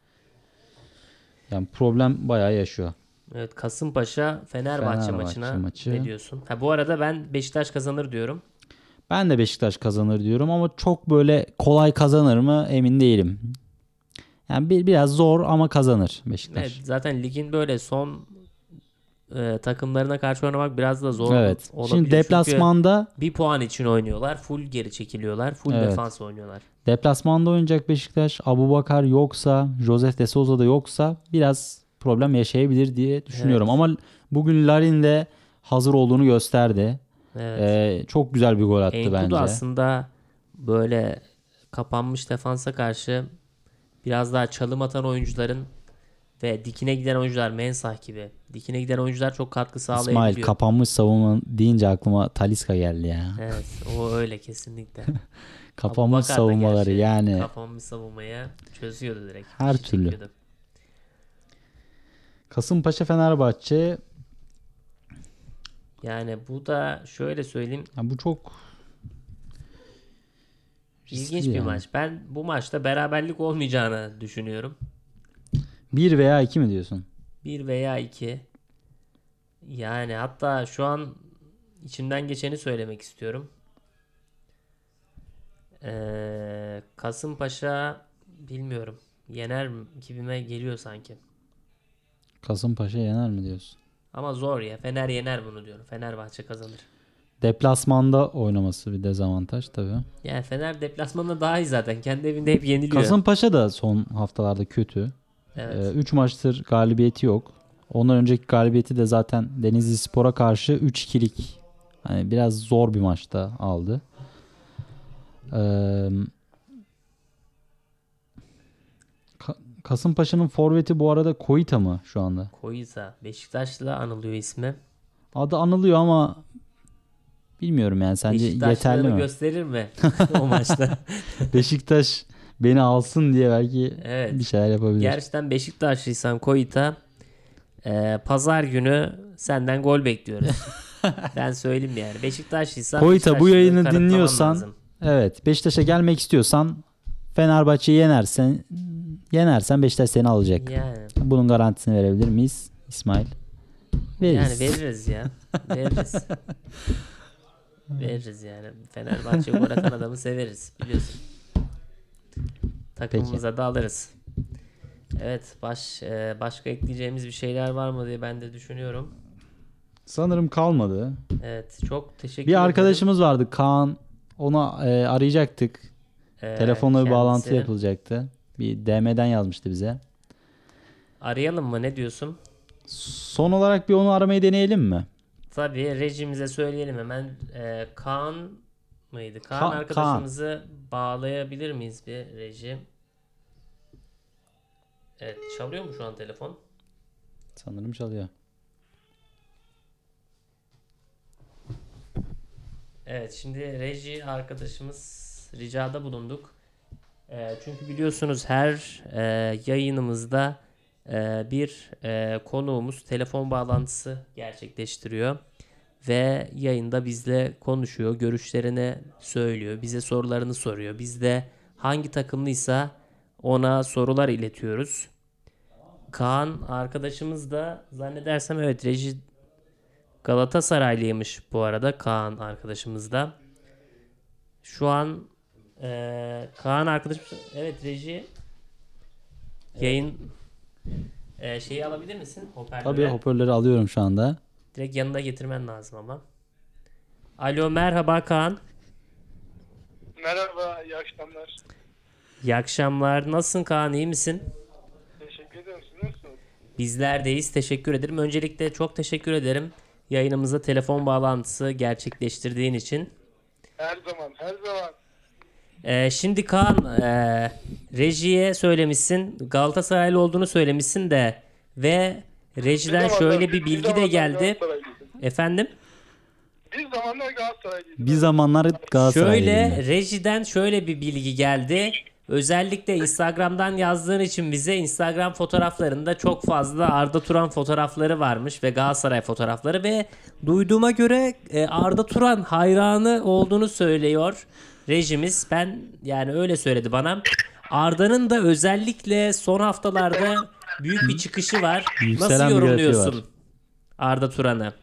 S1: Yani problem bayağı yaşıyor.
S2: Evet, Kasımpaşa Fenerbahçe,
S1: Fenerbahçe
S2: maçına
S1: maçı.
S2: ne diyorsun? Ha, bu arada ben Beşiktaş kazanır diyorum.
S1: Ben de Beşiktaş kazanır diyorum ama çok böyle kolay kazanır mı emin değilim. Yani bir, biraz zor ama kazanır Beşiktaş.
S2: Evet, zaten ligin böyle son e, takımlarına karşı oynamak biraz da zor
S1: Evet.
S2: olabiliyor.
S1: Şimdi deplasmanda
S2: Çünkü bir puan için oynuyorlar. Full geri çekiliyorlar. Full
S1: Evet.
S2: defans oynuyorlar.
S1: deplasmanda oynayacak Beşiktaş. Abubakar yoksa, Josef de Souza da yoksa biraz problem yaşayabilir diye düşünüyorum.
S2: Evet.
S1: Ama bugün Larin de hazır olduğunu gösterdi.
S2: Evet.
S1: Ee, çok güzel bir gol attı
S2: Enkudu
S1: bence.
S2: aslında böyle kapanmış defansa karşı biraz daha çalım atan oyuncuların ve dikine giden oyuncular, Mensah gibi dikine giden oyuncular çok katkı sağlayabiliyor.
S1: İsmail kapanmış savunma deyince aklıma Talisca geldi ya.
S2: Evet, o öyle kesinlikle.
S1: Kapanmış
S2: Abubakar da
S1: savunmaları
S2: gerçi
S1: yani.
S2: kapanmış savunmaya çözüyordu direkt.
S1: Her
S2: Fişi
S1: türlü.
S2: çekiyordu.
S1: Kasımpaşa Fenerbahçe.
S2: Yani bu da şöyle söyleyeyim,
S1: Ya bu çok riskli
S2: ilginç bir
S1: yani.
S2: maç. Ben bu maçta beraberlik olmayacağını düşünüyorum.
S1: Bir veya iki mi diyorsun?
S2: bir veya iki. Yani hatta şu an içimden geçeni söylemek istiyorum. Ee, Kasımpaşa bilmiyorum. Yener mi gibime geliyor sanki.
S1: Kasımpaşa yener mi diyorsun?
S2: Ama zor ya. Fener yener bunu diyorum. Fenerbahçe kazanır.
S1: Deplasmanda oynaması bir dezavantaj tabii.
S2: Yani Fener deplasmanda daha iyi zaten. Kendi evinde hep yeniliyor.
S1: Kasımpaşa da son haftalarda kötü.
S2: Evet.
S1: üç maçtır galibiyeti yok. Ondan önceki galibiyeti de zaten Denizli Spor'a karşı üç ikilik. Hani biraz zor bir maçta aldı. Ee, Ka- Kasımpaşa'nın forveti bu arada Koita mı şu anda?
S2: Koyza. Beşiktaş'la anılıyor ismi.
S1: Adı anılıyor ama bilmiyorum yani sence yeterli
S2: Beşiktaşlıları
S1: mi?
S2: gösterir mi o maçta?
S1: Beşiktaş beni alsın diye belki
S2: Evet.
S1: bir şeyler yapabilir.
S2: Gerçekten Beşiktaşlıysan Koyita, e, pazar günü senden gol bekliyoruz. Ben söyleyeyim yani. Beşiktaşlıysan
S1: Koyita bu
S2: Beşiktaşlılığı
S1: yayını
S2: kanıtlaman
S1: dinliyorsan
S2: lazım.
S1: evet Beşiktaş'a gelmek istiyorsan Fenerbahçe'yi yenersen yenersen Beşiktaş seni alacak.
S2: Yani.
S1: Bunun garantisini verebilir miyiz İsmail? Veririz.
S2: Yani veririz ya. Veririz. veririz yani. Fenerbahçe gol atan adamı severiz biliyorsun. Takımımıza da alırız. Evet, baş e, başka ekleyeceğimiz bir şeyler var mı diye ben de düşünüyorum.
S1: Sanırım kalmadı.
S2: Evet, çok teşekkür
S1: Bir
S2: ederim.
S1: arkadaşımız vardı, Kaan. Ona e, arayacaktık.
S2: Ee,
S1: Telefonla bir
S2: kendisi-
S1: bağlantı yapılacaktı. Bir D M'den yazmıştı bize.
S2: Arayalım mı, ne diyorsun?
S1: Son olarak bir onu aramayı deneyelim mi?
S2: Tabii, rejimize söyleyelim hemen. Ee, Kaan mıydı? Kaan
S1: Ka-
S2: arkadaşımızı bağlayabilir miyiz bir reji? Evet, çalıyor mu şu an telefon?
S1: Sanırım çalıyor.
S2: Evet, şimdi reji arkadaşımız ricada bulunduk. Ee, çünkü biliyorsunuz her e, yayınımızda e, bir e, konuğumuz telefon bağlantısı gerçekleştiriyor. Ve yayında bizle konuşuyor, görüşlerini söylüyor, bize sorularını soruyor. Biz de hangi takımlıysa ona sorular iletiyoruz. Kaan arkadaşımız da zannedersem evet reji Galatasaraylıymış bu arada Kaan arkadaşımız da. Şu an eee Kaan arkadaşımız evet reji yayın eee, şeyi alabilir misin? Hoparlörü.
S1: Tabii, hoparlörü alıyorum şu anda.
S2: Direkt yanında getirmen lazım ama. Alo, merhaba Kaan.
S3: Merhaba, iyi akşamlar.
S2: İyi akşamlar. Nasılsın Kaan, iyi misin?
S3: Teşekkür ederim. Siz nasılsınız?
S2: Bizlerdeyiz. Teşekkür ederim. Öncelikle çok teşekkür ederim. Yayınımıza telefon bağlantısı gerçekleştirdiğin için.
S3: Her zaman, her zaman.
S2: Ee, şimdi Kaan, e, rejiye söylemişsin, Galatasaraylı olduğunu söylemişsin de ve rejiden
S3: Bir
S2: şöyle
S3: zamanlar-
S2: bir bilgi de
S3: zamanlar
S2: geldi.
S3: Galatasaraylıydım.
S2: Efendim?
S3: Bir zamanlar Galatasaraylıydım.
S1: Bir zamanlar Galatasaraylıydım.
S2: Şöyle rejiden şöyle bir bilgi geldi. Özellikle Instagram'dan yazdığın için bize Instagram fotoğraflarında çok fazla Arda Turan fotoğrafları varmış ve Galatasaray fotoğrafları ve duyduğuma göre e, Arda Turan hayranı olduğunu söylüyor rejimiz. Ben yani öyle söyledi bana. Arda'nın da özellikle son haftalarda büyük bir çıkışı var.
S1: Yükselen
S2: Nasıl
S1: bir grafiği
S2: yorumluyorsun
S1: var.
S2: Arda Turan'ı?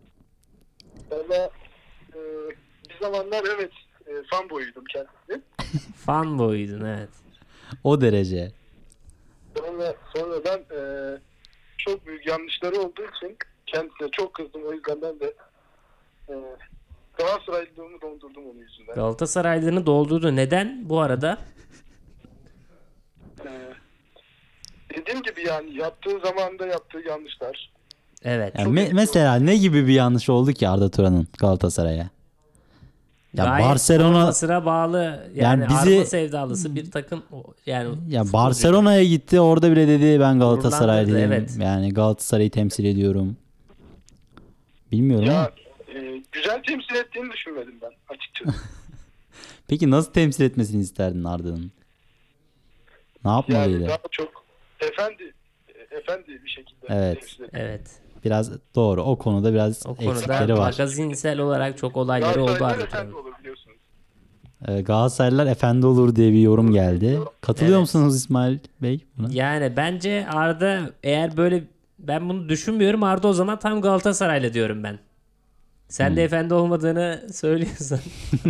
S3: Valla e, bir zamanlar evet e, fanboyuydum kendisi.
S2: Fanboy'dun evet.
S1: O derece.
S3: Sonra, sonradan e, çok büyük yanlışları olduğu için kendisine çok kızdım. O yüzden ben de e, Galatasaraylılığımı dondurdum onun yüzünden.
S2: Galatasaraylığını doldurdu. Neden bu arada?
S3: E, dediğim gibi yani yaptığı zamanda yaptığı yanlışlar.
S2: Evet.
S1: Yani me- mesela ne gibi bir yanlış oldu ki Arda Turan'ın Galatasaray'a? Ya
S2: Gayet
S1: Barcelona
S2: formasına bağlı yani,
S1: Yani bizi-
S2: arma sevdalısı bir takım yani
S1: ya
S2: futbolcu.
S1: Barcelona'ya gitti, orada bile dedi ben Galatasaraylıyım.
S2: Gururlandırdı, evet.
S1: Yani Galatasaray'ı temsil ediyorum. Bilmiyorum ama.
S3: Ya e, güzel temsil ettiğini düşünmedim ben açıkçası.
S1: Peki nasıl temsil etmesini isterdin Arda'nın? Ne yapmalıydı?
S3: Yani daha çok efendi efendi bir şekilde
S1: Evet.
S3: temsil etti.
S2: Evet.
S1: Biraz doğru. O konuda biraz
S2: O konuda
S1: eksikleri var.
S2: magazinsel olarak çok olayları oldu
S3: Galatasaraylılar
S2: Arda
S3: efendi
S2: Turan'ın.
S3: olur biliyorsunuz.
S1: Ee, Galatasaraylılar efendi olur diye bir yorum geldi. Katılıyor
S2: Evet.
S1: musunuz İsmail Bey buna?
S2: Yani bence Arda eğer böyle ben bunu düşünmüyorum Arda o zaman tam Galatasaraylı diyorum ben. Sen
S1: Hmm.
S2: de efendi olmadığını söylüyorsun.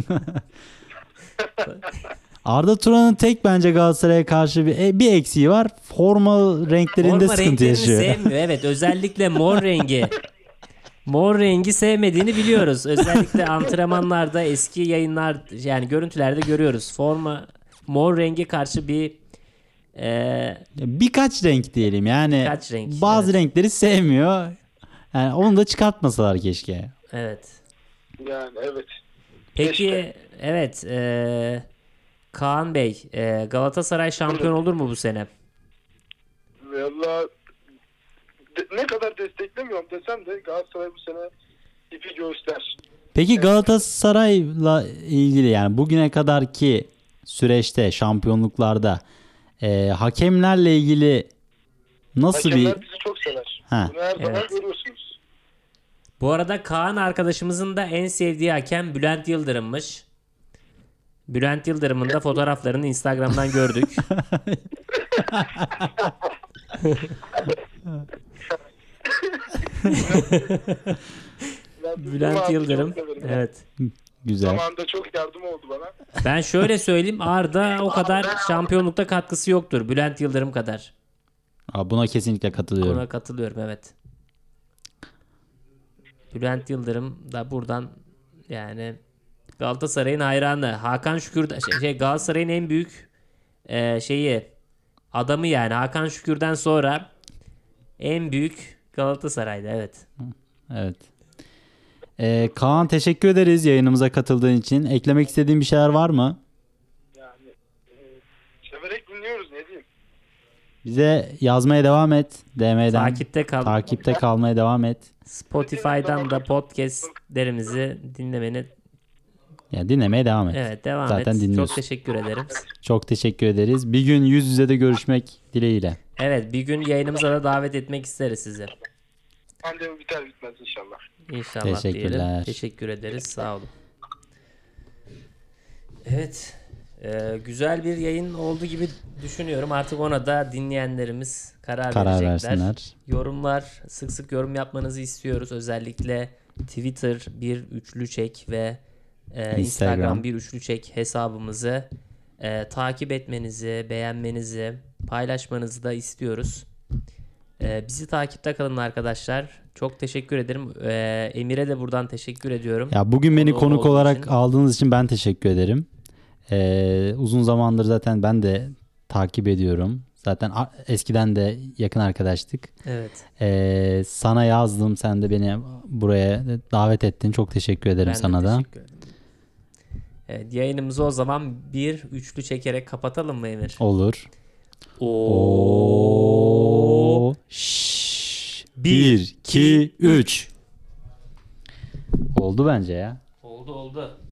S1: Arda Turan'ın tek bence Galatasaray'a karşı bir, e, bir eksiği var. Forma renklerinde
S2: Forma
S1: sıkıntı
S2: renklerini
S1: yaşıyor.
S2: sevmiyor. Evet, özellikle mor rengi. Mor rengi sevmediğini biliyoruz. Özellikle antrenmanlarda, eski yayınlar yani görüntülerde görüyoruz. Forma mor rengi karşı bir e,
S1: Birkaç renk diyelim yani.
S2: Birkaç renk,
S1: Bazı
S2: evet.
S1: renkleri sevmiyor. Yani onu da çıkartmasalar keşke.
S2: evet.
S3: Yani evet.
S2: Peki
S3: Keşke.
S2: evet e, Kaan Bey e, Galatasaray şampiyon olur mu bu sene?
S3: Valla de- ne kadar desteklemiyorum desem de Galatasaray bu sene ipi göster.
S1: Peki Galatasaray'la ilgili yani bugüne kadarki süreçte şampiyonluklarda e, hakemlerle ilgili nasıl
S3: Hakemler
S1: bir
S3: bizi çok sever.
S1: Ha.
S3: Bunu her zaman
S2: Evet.
S3: görüyorsunuz.
S2: Bu arada Kaan arkadaşımızın da en sevdiği hakem Bülent Yıldırım'mış. Bülent Yıldırım'ın da fotoğraflarını Instagram'dan gördük.
S3: Ben
S2: Bülent
S3: abi,
S2: Yıldırım.
S3: çok severim.
S2: Evet.
S1: Güzel.
S3: Zamanında çok yardım oldu bana.
S2: Ben şöyle söyleyeyim, Arda o kadar şampiyonlukta katkısı yoktur Bülent Yıldırım kadar.
S1: Abi buna kesinlikle katılıyorum.
S2: Ona katılıyorum, evet. Bülent Yıldırım da buradan yani Galatasaray'ın hayranı. Hakan Şükür de- şey, şey Galatasaray'ın en büyük e, şeyi adamı yani. Hakan Şükür'den sonra en büyük Galatasaray'da, evet.
S1: Evet. Ee, Kaan, teşekkür ederiz yayınımıza katıldığın için. Eklemek istediğin bir şeyler var mı?
S3: Yani e, severek dinliyoruz, ne diyeyim.
S1: Bize yazmaya devam et. D M'den.
S2: Takipte kal.
S1: Takipte kalmaya devam et.
S2: Spotify'dan da podcastlerimizi dinlemeni,
S1: Ya dinlemeye devam et.
S2: evet, devam
S1: Zaten
S2: et.
S1: dinliyorsun.
S2: Çok teşekkür ederim.
S1: Çok teşekkür ederiz. Bir gün yüz yüze de görüşmek dileğiyle.
S2: Evet, bir gün yayınımıza da davet etmek isteriz sizi.
S3: Pandemi biter bitmez inşallah.
S2: İnşallah
S1: Teşekkürler.
S2: diyelim. Teşekkür ederiz. Sağ olun. Evet. e, güzel bir yayın oldu gibi düşünüyorum. Artık ona da dinleyenlerimiz karar,
S1: Karar
S2: verecekler.
S1: versinler.
S2: Yorumlar, sık sık yorum yapmanızı istiyoruz. Özellikle Twitter bir üçlü çek ve e, Instagram.
S1: Instagram
S2: bir üçlü çek hesabımızı e, takip etmenizi, beğenmenizi, paylaşmanızı da istiyoruz. E, bizi takipte kalın arkadaşlar. Çok teşekkür ederim. E, Emir'e de buradan teşekkür ediyorum.
S1: Ya bugün beni
S2: Konuğum
S1: konuk
S2: olduğu
S1: olarak
S2: için.
S1: aldığınız için ben teşekkür ederim. Ee, uzun zamandır zaten ben de takip ediyorum. Zaten a- eskiden de yakın arkadaştık.
S2: Evet.
S1: Ee, sana yazdım. Sen de beni buraya davet ettin. Çok teşekkür ederim
S2: Ben de
S1: sana da.
S2: teşekkür ederim. Evet, yayınımızı o zaman bir üçlü çekerek kapatalım mı Emir?
S1: Olur.
S2: Oo.
S1: O şşş. bir, iki, üç. Oldu bence ya.
S2: Oldu oldu.